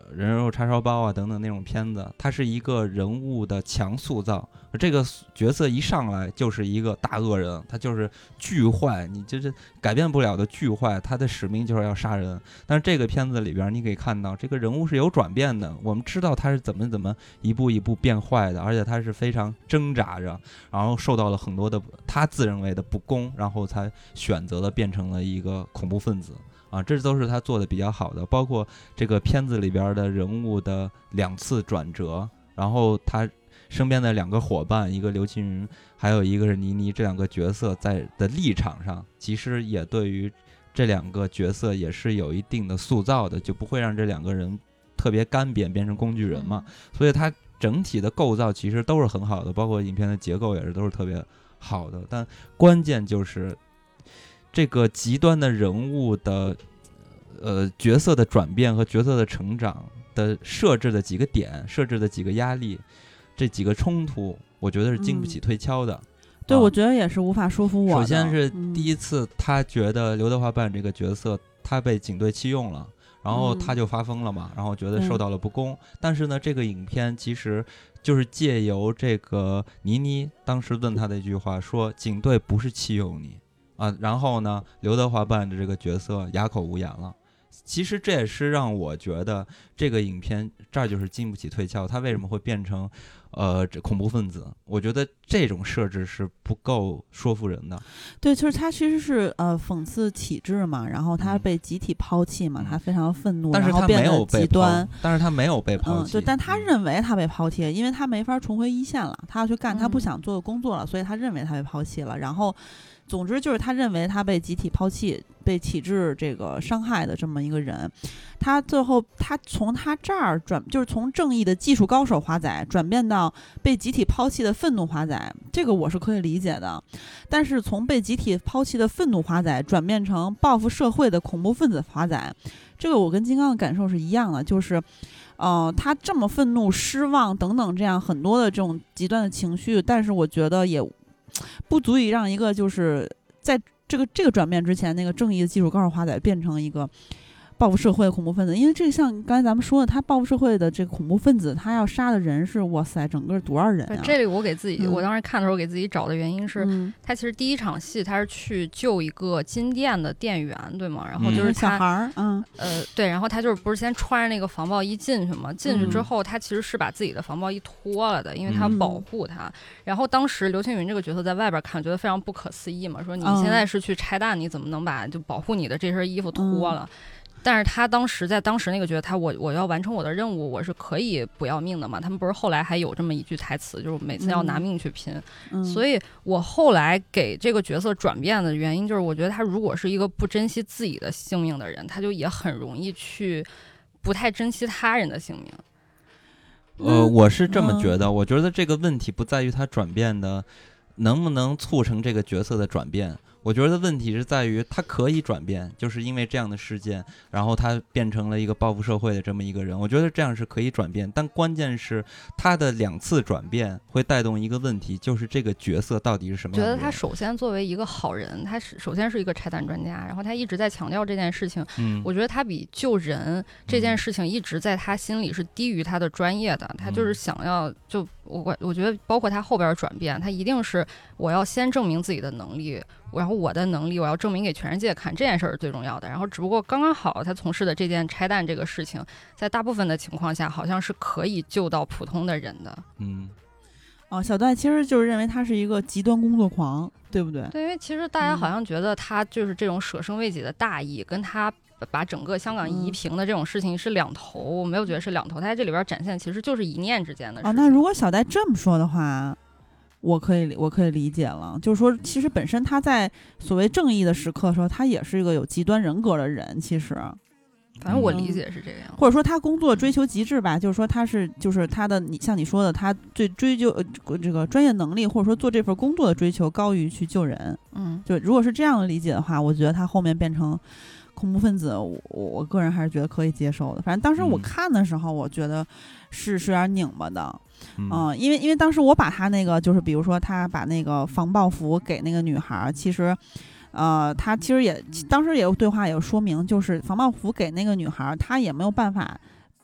人肉叉烧包啊等等那种片子，它是一个人物的强塑造，这个角色一上来就是一个大恶人，他就是巨坏，你就是改变不了的巨坏，他的使命就是要杀人。但是这个片子里边你可以看到这个人物是有转变的，我们知道他是怎么怎么一步一步变坏的，而且他是非常挣扎着，然后受到了很多的他自认为的不公，然后才选择了变成了一个恐怖分子啊，这都是他做的比较好的。包括这个片子里边的人物的两次转折，然后他身边的两个伙伴，一个刘青云还有一个是倪妮，这两个角色在的立场上其实也对于这两个角色也是有一定的塑造的，就不会让这两个人特别干瘪变成工具人嘛。所以他整体的构造其实都是很好的，包括影片的结构也是都是特别好的。但关键就是这个极端的人物的呃角色的转变和角色的成长的设置的几个点，设置的几个压力，这几个冲突，我觉得是经不起推敲的。嗯、 对、 啊， 我觉得也是无法说服我的。 首先是第一次，他觉得刘德华扮演这个角色，他被警队弃用了。然后他就发疯了嘛，然后觉得受到了不公、嗯、但是呢这个影片其实就是借由这个倪妮当时问他的一句话说警队不是弃用你啊，然后呢刘德华扮演的这个角色哑口无言了。其实这也是让我觉得这个影片这儿就是经不起推敲，它为什么会变成呃恐怖分子，我觉得这种设置是不够说服人的。 对，就是他其实是呃讽刺体制嘛，然后他被集体抛弃嘛、嗯、他非常愤怒， 但是他没有被极端， 但是他没有被抛弃、嗯、 对，但他认为他被抛弃、嗯、因为他没法重回一线了，他要去干他不想做的工作了、嗯、所以他认为他被抛弃了。然后总之就是他认为他被集体抛弃，被体制这个伤害的这么一个人，他最后他从他这儿转，就是从正义的技术高手华仔转变到被集体抛弃的愤怒华仔，这个我是可以理解的。但是从被集体抛弃的愤怒华仔转变成报复社会的恐怖分子华仔，这个我跟金刚的感受是一样的，就是呃，他这么愤怒、失望等等这样很多的这种极端的情绪，但是我觉得也不足以让一个就是在这个这个转变之前那个正义的技术高手华仔变成一个报复社会的恐怖分子。因为这像刚才咱们说的，他报复社会的这个恐怖分子，他要杀的人是哇塞整个多少人啊。 这里我给自己、嗯、我当时看的时候给自己找的原因是、 嗯、 他其实第一场戏他是去救一个金店的店员对吗，然后就是他、 嗯、小孩嗯呃对，然后他就是不是先穿着那个防爆衣进去嘛，进去之后、嗯、他其实是把自己的防爆衣脱了的，因为他保护他、嗯、然后当时刘青云这个角色在外边看觉得非常不可思议嘛，说你现在是去拆弹、嗯、你怎么能把就保护你的这身衣服脱了、嗯，但是他当时在当时那个觉得他我我要完成我的任务，我是可以不要命的嘛。他们不是后来还有这么一句台词，就是每次要拿命去拼、嗯、所以我后来给这个角色转变的原因就是我觉得他如果是一个不珍惜自己的性命的人，他就也很容易去不太珍惜他人的性命。 呃，我是这么觉得、嗯、我觉得这个问题不在于他转变的能不能促成这个角色的转变，我觉得问题是在于他可以转变，就是因为这样的事件，然后他变成了一个报复社会的这么一个人，我觉得这样是可以转变。但关键是他的两次转变会带动一个问题，就是这个角色到底是什么样的人。 觉得他首先作为一个好人，他是首先是一个拆弹专家，然后他一直在强调这件事情、嗯、我觉得他比救人这件事情一直在他心里是低于他的专业的、嗯、他就是想要就我我觉得包括他后边转变，他一定是我要先证明自己的能力，然后我的能力我要证明给全世界看，这件事是最重要的。然后只不过刚刚好他从事的这件拆弹这个事情，在大部分的情况下好像是可以救到普通的人的。 嗯， 哦，小段其实就是认为他是一个极端工作狂，对不对？ 对，因为其实大家好像觉得他就是这种舍生为己的大义，跟他把整个香港夷平的这种事情是两头、嗯、我没有觉得是两头，他在这里边展现其实就是一念之间的事情。 哦，那如果小戴这么说的话，我可以我可以理解了，就是说其实本身他在所谓正义的时刻的时候，他也是一个有极端人格的人，其实反正我理解是这样、嗯、 或者说他工作追求极致吧，就是说他是就是他的你像你说的他最追究、呃、这个专业能力或者说做这份工作的追求高于去救人。 嗯， 就如果是这样的理解的话，我觉得他后面变成恐怖分子，我我个人还是觉得可以接受的。反正当时我看的时候，我觉得是是有点拧巴的，嗯、呃，因为因为当时我把他那个就是比如说他把那个防爆服给那个女孩，其实，呃，他其实也当时也有对话也有说明，就是防爆服给那个女孩，他也没有办法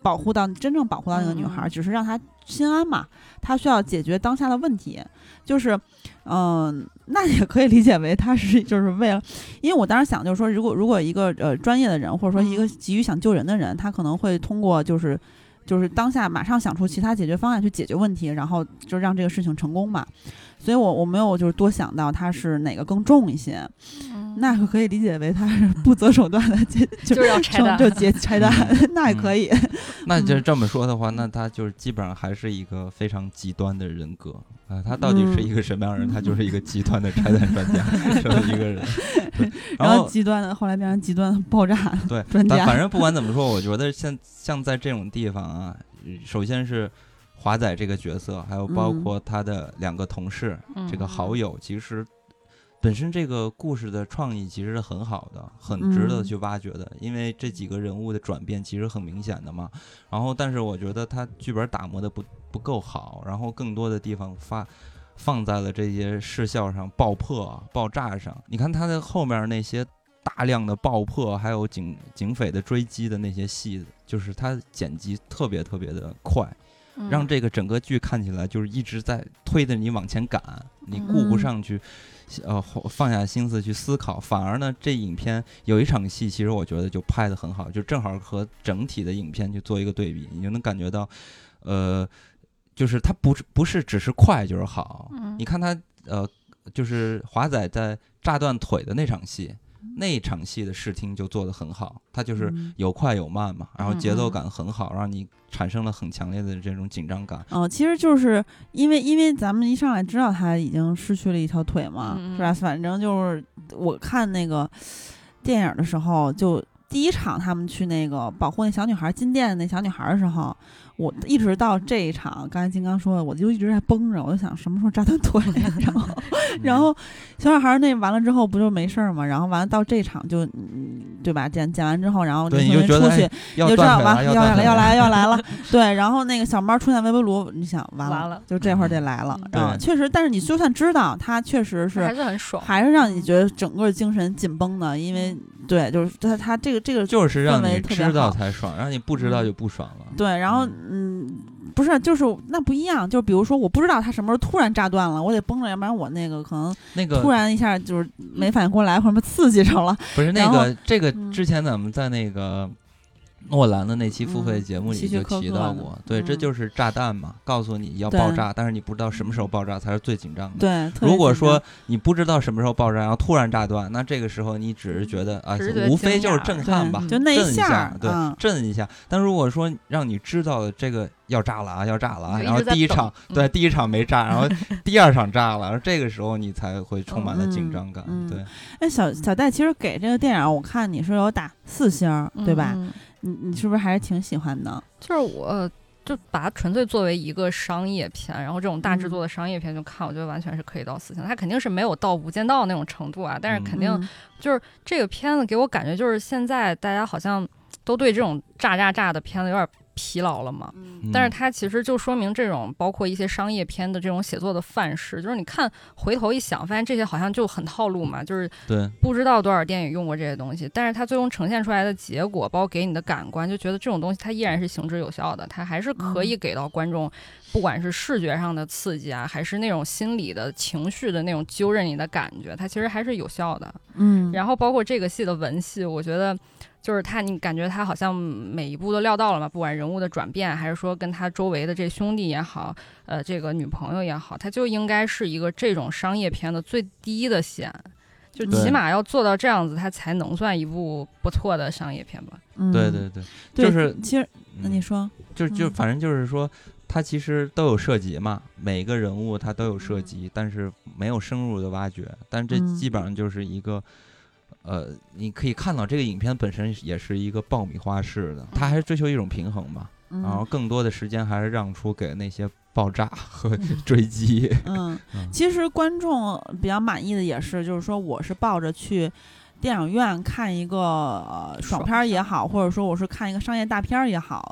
保护到真正保护到那个女孩， 嗯、 只是让她心安嘛。她需要解决当下的问题，就是，嗯、呃，那也可以理解为她是就是为了，因为我当时想就是说，如果如果一个呃专业的人，或者说一个急于想救人的人，他可能会通过就是。就是当下马上想出其他解决方案去解决问题，然后就让这个事情成功嘛。所以我我没有就是多想到他是哪个更重一些，嗯、那可以理解为他是不择手段的解，就就是要拆弹， 就结拆弹，嗯、那也可以。 嗯、那就这么说的话，那他就是基本上还是一个非常极端的人格啊、呃。他到底是一个什么样的人？嗯、他就是一个极端的拆弹专家，这么一个人。然后, 然后极端的后来变成极端的爆炸对专家。 反正不管怎么说，我觉得像像在这种地方啊，首先是华仔这个角色，还有包括他的两个同事、嗯、这个好友，其实本身这个故事的创意其实是很好的，很值得去挖掘的、嗯、因为这几个人物的转变其实很明显的嘛。然后但是我觉得他剧本打磨的不不够好，然后更多的地方发放在了这些视效上，爆破爆炸上。你看他的后面那些大量的爆破，还有警警匪的追击的那些戏，就是他剪辑特别特别的快，嗯、让这个整个剧看起来就是一直在推着你往前赶，你顾不上去、嗯、呃放下心思去思考。反而呢，这影片有一场戏，其实我觉得就拍得很好，就正好和整体的影片去做一个对比，你就能感觉到呃就是它不是不是只是快就是好、嗯、你看他呃就是华仔在炸断腿的那场戏，那场戏的视听就做得很好，它就是有快有慢嘛、嗯、然后节奏感很好、嗯、让你产生了很强烈的这种紧张感。 哦，其实就是因为因为咱们一上来知道他已经失去了一条腿嘛、嗯、是吧？反正就是我看那个电影的时候，就第一场他们去那个保护那小女孩进店的那小女孩的时候，我一直到这一场，刚才金刚说的，我就一直在绷着，我就想什么时候炸断腿，然后，然后小女孩那完了之后不就没事吗？然后完了到这场就，嗯，对吧？剪剪完之后，然后对你就觉得出去，你就知道完要来了要来要来了，对，然后那个小猫出现微波炉，你想完了， 完了就这会儿得来了， 嗯、 啊，确实，但是你就算知道它确实是还是很爽， 还是让你觉得整个精神紧绷的，因为对，就是它它这个这个就是让你知道才爽，让你不知道就不爽了。 对，然后嗯。不是，就是那不一样，就比如说我不知道他什么时候突然炸断了，我得绷着，要不然我那个可能那个突然一下就是没反应过来，或者刺激上了。 不是那个这个之前咱们在那个诺兰的那期付费节目里就提到过， 嗯、 对、嗯，这就是炸弹嘛，告诉你要爆炸，但是你不知道什么时候爆炸才是最紧张的。 对， 如果说你不知道什么时候爆炸，然后突然炸断，那这个时候你只是觉得啊，无非就是震撼吧， 就那一下， 对， 嗯、 震一下。但如果说让你知道这个要炸了啊，要炸了啊，然后第一场、 嗯、 对第一场没炸，然后第二场炸了，然后这个时候你才会充满了紧张感。 嗯嗯、 对， 哎，小小戴其实给这个电影，我看你是有打四星， 嗯、 对吧？你你是不是还是挺喜欢的？ 就是我就把它纯粹作为一个商业片，然后这种大制作的商业片就看，我觉得完全是可以到四星。它肯定是没有到《无间道》那种程度啊，但是肯定就是这个片子给我感觉就是现在大家好像都对这种炸炸炸的片子有点疲劳了嘛， 嗯、 但是它其实就说明这种包括一些商业片的这种写作的范式，就是你看回头一想，发现这些好像就很套路嘛，就是对不知道多少电影用过这些东西，但是它最终呈现出来的结果，包括给你的感官，就觉得这种东西它依然是行之有效的，它还是可以给到观众，嗯、不管是视觉上的刺激啊，还是那种心理的情绪的那种揪着你的感觉，它其实还是有效的。 嗯， 然后包括这个戏的文戏，我觉得。就是他，你感觉他好像每一步都料到了嘛，不管人物的转变，还是说跟他周围的这兄弟也好，呃，这个女朋友也好，他就应该是一个这种商业片的最低的线，就起码要做到这样子，他才能算一部不错的商业片吧。 嗯， 对对对，就是其实，那你说， 就就反正就是说。它其实都有涉及嘛，每个人物它都有涉及，但是没有深入的挖掘。但这基本上就是一个，呃，你可以看到这个影片本身也是一个爆米花式的，它还是追求一种平衡嘛，然后更多的时间还是让出给那些爆炸和追击。 嗯，其实观众比较满意的也是，就是说我是抱着去电影院看一个、呃、爽片也好，或者说我是看一个商业大片也好。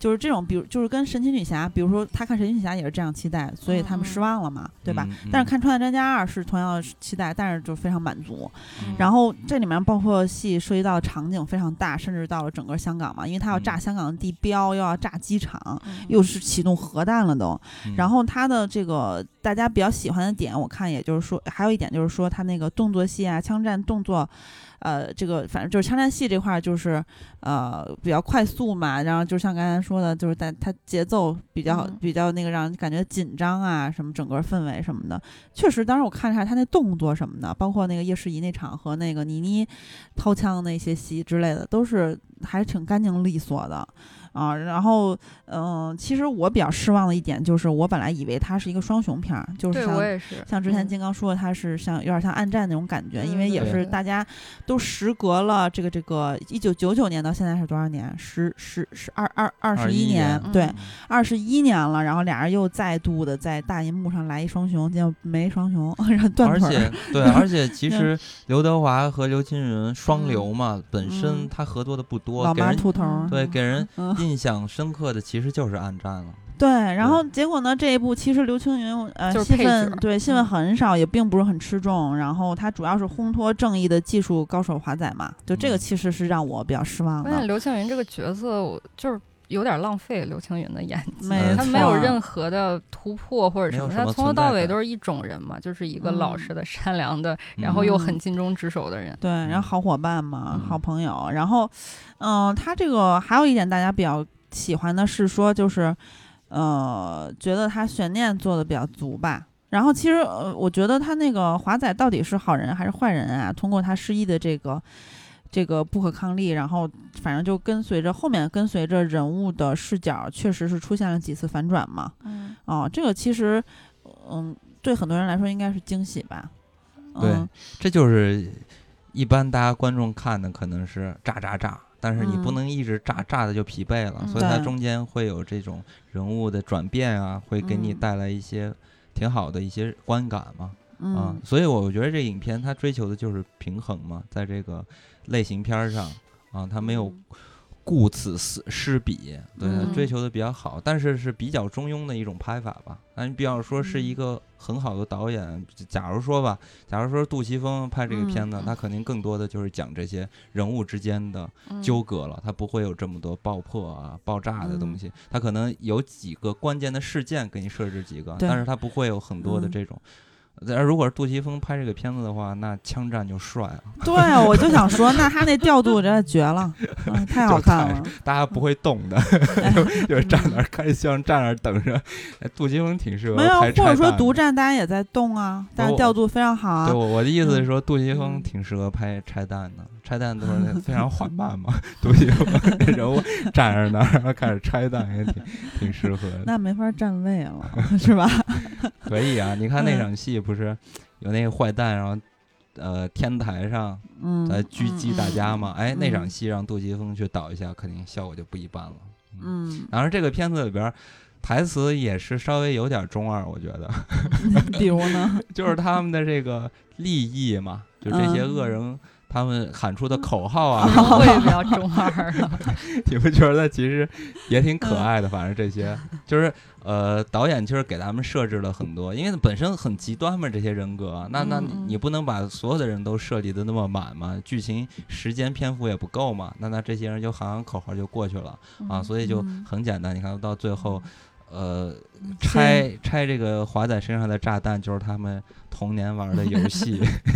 就是这种，比如就是跟神奇女侠，比如说他看神奇女侠也是这样期待，所以他们失望了嘛， 嗯、 对吧？ 嗯、 但是看《穿越专家二》是同样的期待，但是就非常满足。 嗯、 然后这里面包括戏涉及到的场景非常大，甚至到了整个香港嘛，因为他要炸香港的地标，又要炸机场， 嗯、 又是启动核弹了都。 嗯、 然后他的这个大家比较喜欢的点，我看也就是说，还有一点就是说他那个动作戏啊，枪战动作。呃，这个反正就是枪战戏这块，就是呃比较快速嘛，然后就像刚才说的，就是但它节奏比较、嗯、比较那个让人感觉紧张啊，什么整个氛围什么的，确实，当时我看一下他那动作什么的，包括那个叶诗仪那场和那个倪妮掏枪那些戏之类的，都是还是挺干净利索的。啊，然后，嗯、呃，其实我比较失望的一点就是，我本来以为它是一个双雄片儿，就是像我也是像之前金刚说的，它是像有点像暗战那种感觉， 嗯、 因为也是大家都时隔了这个这个一九九九年到现在是多少年？十十十二二二十一年，对，二十一年了，然后俩人又再度的在大银幕上来一双雄，结果没双雄，然后断腿。 而且对，而且其实刘德华和刘青云双流嘛，嗯、本身他合作的不多， 老妈秃头， 对，给人。 嗯印象深刻的其实就是暗战了， 对，然后结果呢？这一部其实刘青云呃戏份对戏份很少，也并不是很吃重。然后他主要是烘托正义的技术高手华仔嘛，就这个其实是让我比较失望的。 关键刘青云这个角色就是有点浪费刘青云的演技， 没他没有任何的突破或者什么， 什么他从头到尾都是一种人嘛，就是一个老实的、善良的， 嗯、 然后又很尽忠职守的人。 对，然后好伙伴嘛， 嗯、 好朋友。然后，嗯、呃，他这个还有一点大家比较喜欢的是说，就是呃，觉得他悬念做的比较足吧。然后其实呃，我觉得他那个华仔到底是好人还是坏人啊？通过他失忆的这个这个不可抗力，然后反正就跟随着后面跟随着人物的视角，确实是出现了几次反转嘛。 嗯， 哦，这个其实嗯，对很多人来说应该是惊喜吧。嗯、 对，这就是一般大家观众看的可能是炸炸炸。但是你不能一直炸炸的就疲惫了， 嗯、 所以它中间会有这种人物的转变啊，会给你带来一些挺好的一些观感嘛， 嗯、 啊，所以我觉得这影片它追求的就是平衡嘛，在这个类型片上啊，它没有顾此失彼，对，它追求的比较好，但是是比较中庸的一种拍法吧。那你比方说是一个很好的导演，假如说吧，假如说杜琪峰拍这个片子， 嗯、 他肯定更多的就是讲这些人物之间的纠葛了，他不会有这么多爆破啊、爆炸的东西， 嗯、 他可能有几个关键的事件给你设置几个，但是他不会有很多的这种。嗯，如果是杜琪峰拍这个片子的话，那枪战就帅了。 对，我就想说，那他那调度真的绝了，嗯、太好看了。 大家不会动的，就就是站那儿开枪，站那儿等着。哎，杜琪峰挺适合没有， 拍或者说独占大家也在动啊，但是调度非常好啊。 对，我我的意思是说，杜琪峰挺适合拍拆弹的。拆弹都是非常缓慢嘛，杜琪峰人物站着那儿，然后开始拆弹，也挺挺适合的。 那没法站位了，是吧？ 可以啊，你看那场戏不是有那个坏蛋，然后呃天台上在狙击大家嘛？ 嗯、 哎，那场戏让杜琪峰去导一下，肯定效果就不一般了。 嗯， 嗯然后这个片子里边台词也是稍微有点中二，我觉得。 比如呢？ 就是他们的这个利益嘛，就这些恶人。嗯他们喊出的口号啊， 会比较中二了。 你不觉得其实也挺可爱的？反正这些就是呃，导演其实给他们设置了很多，因为本身很极端嘛，这些人格，那那你不能把所有的人都设计的那么满嘛，剧情时间篇幅也不够嘛，那那这些人就喊喊口号就过去了啊，所以就很简单。你看到最后。呃，拆拆这个华仔身上的炸弹，就是他们童年玩的游戏。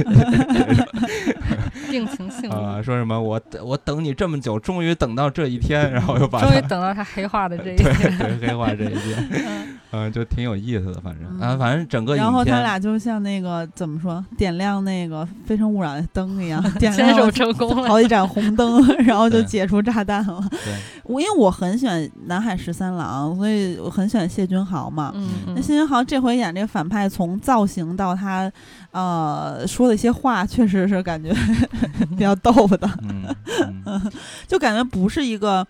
定情信物啊，说什么我我等你这么久，终于等到这一天，然后又把终于等到他黑化的这一天， 对对，黑化这一天，嗯，就挺有意思的，反正、嗯、啊，反正整个影片， 然后他俩就像那个怎么说，点亮那个《非诚勿扰》的灯一样，点亮牵手成功了， 好几盏红灯，然后就解除炸弹了。 对， 我因为我很喜欢南海十三郎，所以我很喜欢谢君豪嘛。 嗯嗯、 那谢君豪这回演这个反派，从造型到他呃说的一些话，确实是感觉比较逗的， 嗯嗯、 就感觉不是一个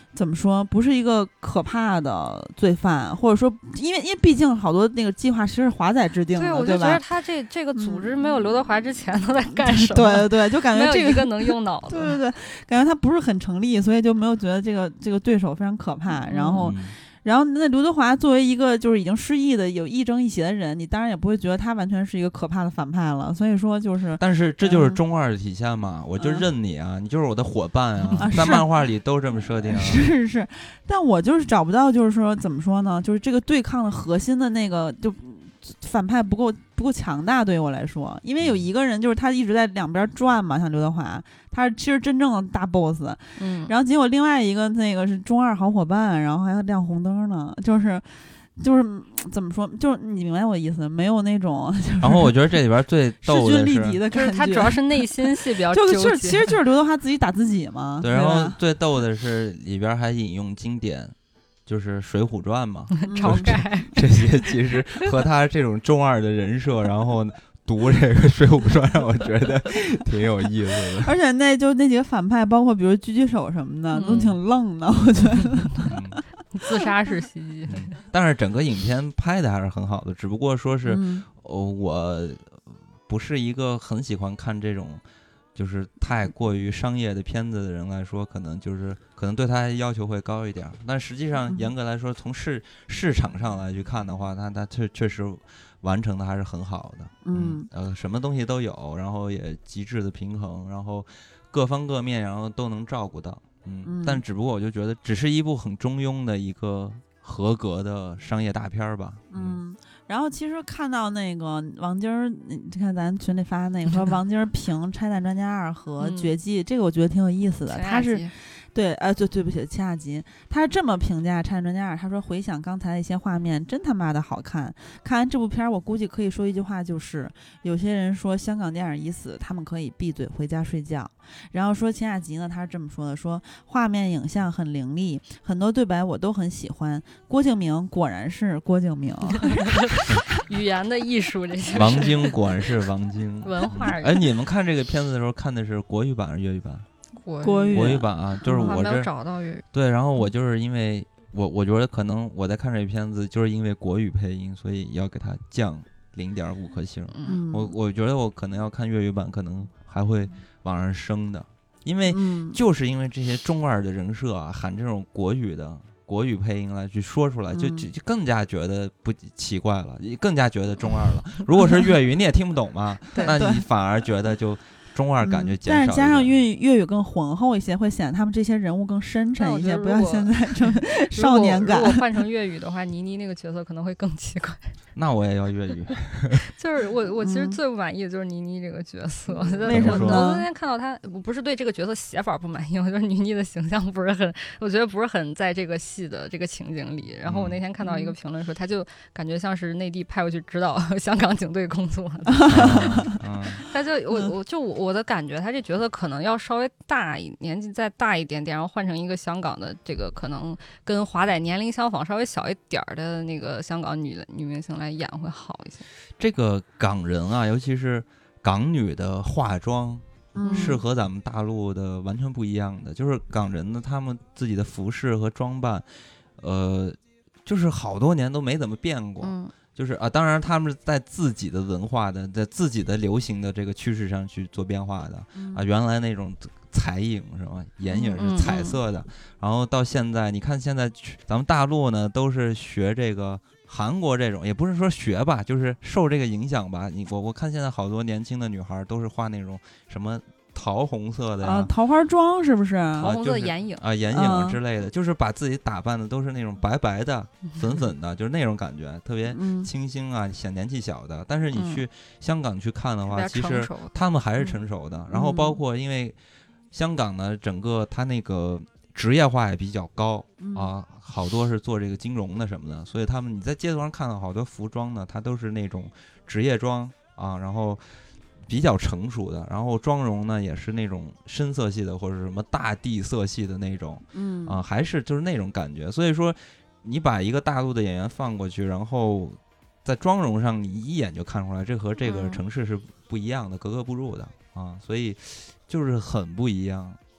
怎么说，不是一个可怕的罪犯，或者说，因为因为毕竟好多那个计划其实是华仔制定的， 对，我就觉得他这这个组织没有刘德华之前都在干什么？ 对对对，就感觉这个没有一个能用脑子。 对对对，感觉他不是很成立，所以就没有觉得这个这个对手非常可怕。然后。 嗯然后，那刘德华作为一个就是已经失忆的有亦正亦邪的人，你当然也不会觉得他完全是一个可怕的反派了。所以说，就是， 但是这就是中二的体现嘛，嗯、我就认你啊，嗯、你就是我的伙伴啊， 啊在漫画里都这么设定啊。 是是是，但我就是找不到，就是说怎么说呢？就是这个对抗的核心的那个就。反派不够不够强大，对于我来说，因为有一个人就是他一直在两边转嘛，像刘德华，他是其实真正的大 boss， 嗯， 然后结果另外一个那个是中二好伙伴，然后还要亮红灯呢，就是就是怎么说，就是你明白我的意思，没有那种、就是。 然后我觉得这里边最逗的是， 势均力敌的感觉， 就是他主要是内心戏比较纠结， 就是其实就是刘德华自己打自己嘛。 对， 对然后最逗的是里边还引用经典。就是《水浒传》嘛， 晁盖这些其实和他这种中二的人设，然后读这个《水浒传》，让我觉得挺有意思的。 而且那就那几个反派，包括比如狙击手什么的，嗯、都挺愣的，我觉得。 嗯、 自杀式袭击、 嗯，但是整个影片拍的还是很好的，只不过说是，嗯、哦，我不是一个很喜欢看这种。就是太过于商业的片子的人来说，可能就是可能对他要求会高一点，但实际上严格来说，从市市场上来去看的话，他他确确实完成的还是很好的。 嗯， 呃，什么东西都有，然后也极致的平衡，然后各方各面，然后都能照顾到。嗯，嗯但只不过我就觉得，只是一部很中庸的一个合格的商业大片吧。 嗯。然后其实看到那个王晶儿，你看咱群里发那个说王晶儿评《拆弹专家二》和《绝技》，嗯，这个我觉得挺有意思的。他是对，呃，对，对不起，七下集，他是这么评价《拆弹专家二》，他说回想刚才的一些画面，真他妈的好看。看完这部片儿，我估计可以说一句话，就是有些人说香港电影已死，他们可以闭嘴回家睡觉。然后说七下集呢，他是这么说的，说画面影像很凌厉，很多对白我都很喜欢。郭敬明果然是郭敬明。 语言的艺术，这些王晶果然是王晶文化。 哎，你们看这个片子的时候看的是国语版还是粤语版？ 国语国语版啊，就是我这找到粤语。 对，然后我就是因为我我觉得可能我在看这片子，就是因为国语配音，所以要给它降零点五颗星。 嗯， 我我觉得我可能要看粤语版，可能还会往上升的，因为就是因为这些中二的人设啊，喊这种国语的。国语配音来去说出来，就就就更加觉得不奇怪了，更加觉得中二了。如果是粤语，你也听不懂嘛，那你反而觉得就中二感觉减少、嗯。 但是加上粤语粤语更浑厚一些，会显得他们这些人物更深沉一些，不要现在这么少年感。 如果换成粤语的话，倪妮那个角色可能会更奇怪。 那我也要粤语。 就是我我其实最不满意的就是倪妮这个角色。嗯、 为什么呢？ 我昨天看到她，我不是对这个角色写法不满意，我觉得倪妮的形象不是很，我觉得不是很在这个戏的这个情景里。然后我那天看到一个评论说，他就感觉像是内地派过去指导香港警队工作的。 嗯、 他就我我就我的感觉，他这角色可能要稍微大一年纪再大一点点，然后换成一个香港的这个可能跟华仔年龄相仿稍微小一点的那个香港女女明星来演会好一些。 这个港人啊，尤其是港女的化妆。 嗯、 是和咱们大陆的完全不一样的，就是港人呢，他们自己的服饰和装扮，呃，就是好多年都没怎么变过。 嗯、 就是啊，当然他们在自己的文化的，在自己的流行的这个趋势上去做变化的。 嗯、 啊，原来那种彩影是吧，眼影是彩色的， 嗯嗯、 然后到现在，你看现在咱们大陆呢都是学这个。韩国这种也不是说学吧，就是受这个影响吧。你我我看现在好多年轻的女孩都是画那种什么桃红色的呀， 啊、桃花妆是不是？ 桃红色眼影啊，眼影之类的，嗯、就是把自己打扮的都是那种白白的、粉粉的，就是那种感觉，特别清新啊，显年纪小的。但是你去香港去看的话， 嗯、 其实他们还是成熟的。 嗯、 然后包括因为香港呢，整个它那个。职业化也比较高啊，好多是做这个金融的什么的，所以他们你在街头上看到好多服装呢，它都是那种职业装啊，然后比较成熟的，然后妆容呢也是那种深色系的或者什么大地色系的那种， 嗯啊，还是就是那种感觉。所以说，你把一个大陆的演员放过去，然后在妆容上你一眼就看出来，这和这个城市是不一样的，格格不入的啊，所以就是很不一样。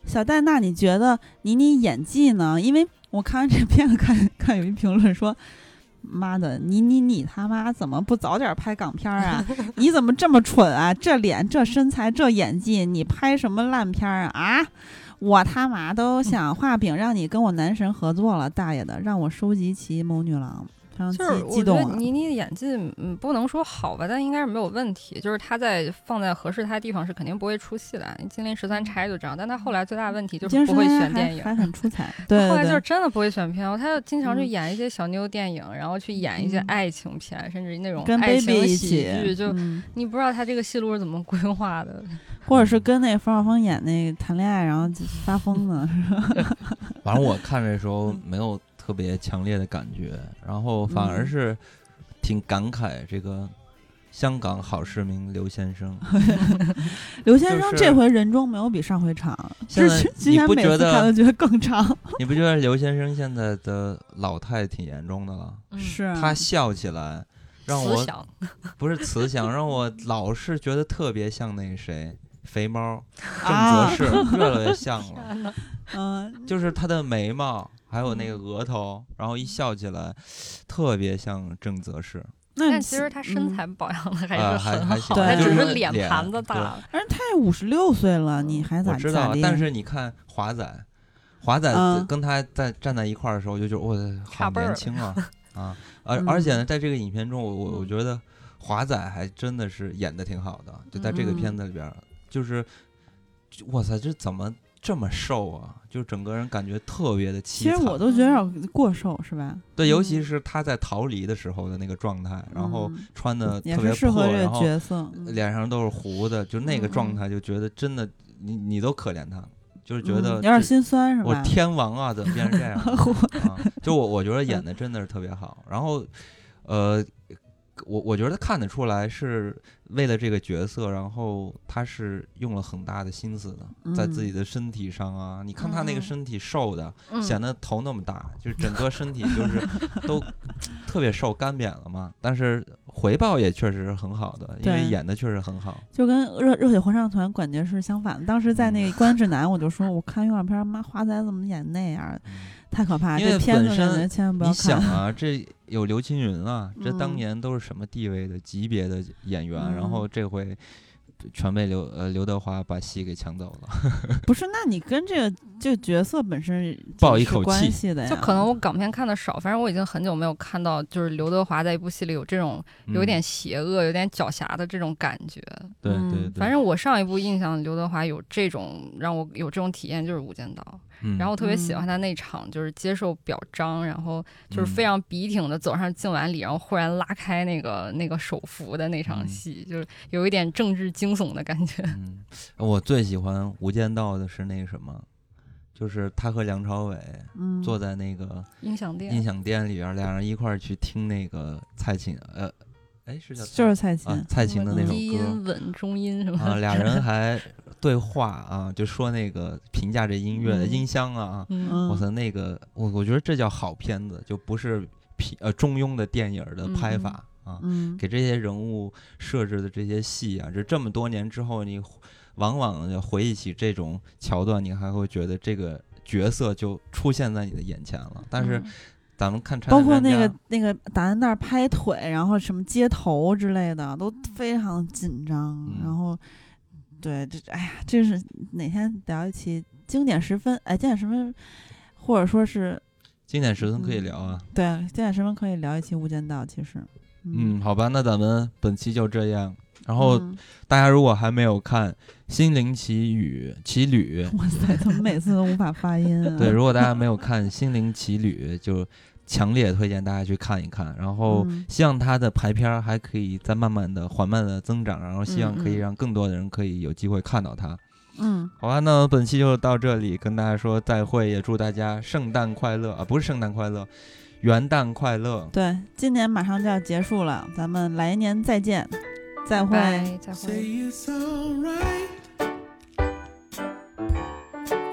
小戴，那你觉得倪妮演技呢？因为我看完这片子看，看看有一评论说，妈的，倪妮你他妈怎么不早点拍港片啊？你怎么这么蠢啊？这脸这身材这演技，你拍什么烂片啊？啊！我他妈都想画饼让你跟我男神合作了，大爷的，让我收集齐某女郎。 就是我觉得倪妮的演技，嗯，不能说好吧，但应该是没有问题。就是她在放在合适她的地方是肯定不会出戏的。金陵十三钗就这样，但她后来最大的问题就是不会选电影， 还很出彩。对， 后来就是真的不会选片，她就经常去演一些小妞电影，嗯、然后去演一些爱情片，嗯、甚至那种爱情喜剧。就、嗯、你不知道她这个戏路是怎么规划的， 或者是跟那冯绍峰演那谈恋爱然后发疯呢。 反正我看的时候没有特别强烈的感觉，然后反而是挺感慨这个香港好市民刘先生。 刘先生这回人中没有比上回长， 现在之前每次看都觉得更长。 你不觉得刘先生现在的老态挺严重的了？ 是、 他笑起来让我不是慈祥，让我老是觉得特别像那谁肥猫郑则仕，啊、越来越像了。嗯，就是他的眉毛还有那个额头，嗯、然后一笑起来特别像郑则仕。 但其实他身材保养的还是很好， 他、 呃、只是脸盘子大了。 而他也五十六岁了，你还咋？ 我知道，但是你看华仔，华仔跟他在站在一块儿的时候，就觉得我好年轻啊啊！而、嗯、而且呢，在这个影片中，我我我觉得华仔还真的是演的挺好的，就在这个片子里边，嗯、就是哇塞，这怎么这么瘦啊？就整个人感觉特别的凄惨。 其实我都觉得有点过瘦，是吧？ 对，尤其是他在逃离的时候的那个状态，嗯、然后穿的特别破， 也是适合这个角色， 脸上都是糊的，就那个状态，就觉得真的，你你都可怜他，就是觉得、 嗯、有点心酸，是吧？ 我天王啊，怎么变成这样、啊？就我我觉得演的真的是特别好，然后，呃。我我觉得看得出来是为了这个角色，然后他是用了很大的心思的，嗯、在自己的身体上啊。你看他那个身体瘦的，嗯、显得头那么大，就是整个身体就是都特别瘦干瘪了嘛。但是回报也确实是很好的，因为演的确实很好。 就跟热热血合唱团感觉是相反的。当时在那个《观指南》，我就说我看预告片，妈华仔怎么演那样？嗯太可怕！ 因为片本身千万不要看。 你想啊，这有刘青云啊，这当年都是什么地位的级别的演员，嗯、然后这回全被刘呃刘德华把戏给抢走了。 不是，那你跟这个这个角色本身抱一口气的呀？ 就可能我港片看的少，反正我已经很久没有看到，就是刘德华在一部戏里有这种有点邪恶、嗯、有点狡黠的这种感觉。 对对对。 反正我上一部印象刘德华有这种让我有这种体验就是《无间道》。嗯、然后我特别喜欢他那场就是接受表彰，嗯、然后就是非常笔挺的走上镜碗里，然后忽然拉开那个那个手幅的那场戏，嗯、就是有一点政治惊悚的感觉。 嗯，我最喜欢《无间道》的是那个什么，就是他和梁朝伟坐在那个音响店音响店里边，两人一块儿去听那个蔡琴，呃，哎是叫就是蔡琴、 啊、蔡琴的那首歌， 低音稳中音什么啊，俩人还对话啊，就说那个评价这音乐的、嗯、音箱啊，嗯、我操，那个我我觉得这叫好片子，就不是呃中庸的电影的拍法、嗯、啊， 嗯、 给这些人物设置的这些戏啊，这这么多年之后，你往往回忆起这种桥段，你还会觉得这个角色就出现在你的眼前了，但是。嗯咱们看包括那个那个打在那儿拍腿，然后什么接头之类的，都非常紧张。嗯、然后，对，这哎呀，这是哪天聊一期经典十分？哎，经典十分，或者说是经典十分可以聊啊。 嗯、对，经典十分可以聊一期《无间道》。其实， 嗯，嗯好吧，那咱们本期就这样。然后、嗯、大家如果还没有看《心灵奇旅》奇旅， 哇塞，怎么每次都无法发音啊？ 对，如果大家没有看《心灵奇旅》，就强烈推荐大家去看一看，然后希望它的排片还可以再慢慢的缓慢的增长，然后希望可以让更多的人可以有机会看到它。 嗯， 好吧，那本期就到这里，跟大家说再会，也祝大家圣诞快乐啊，不是圣诞快乐，元旦快乐。 对，今年马上就要结束了，咱们来年再见，再会， 拜再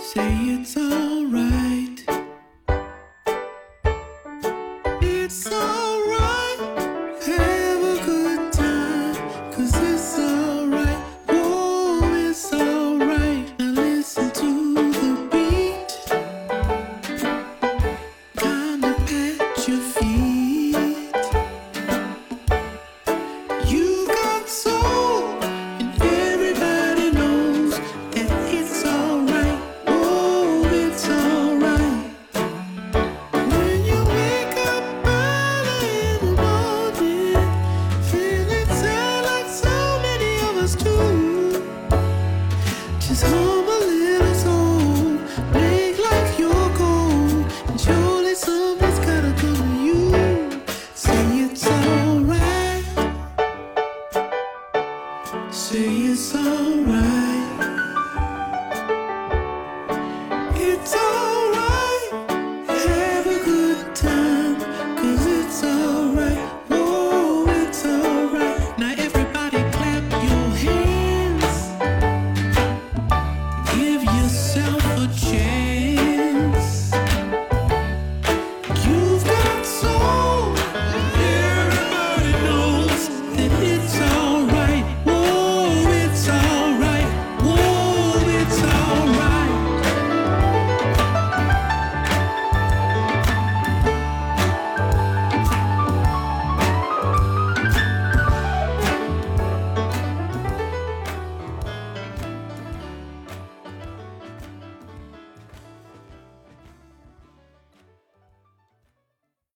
会。It's all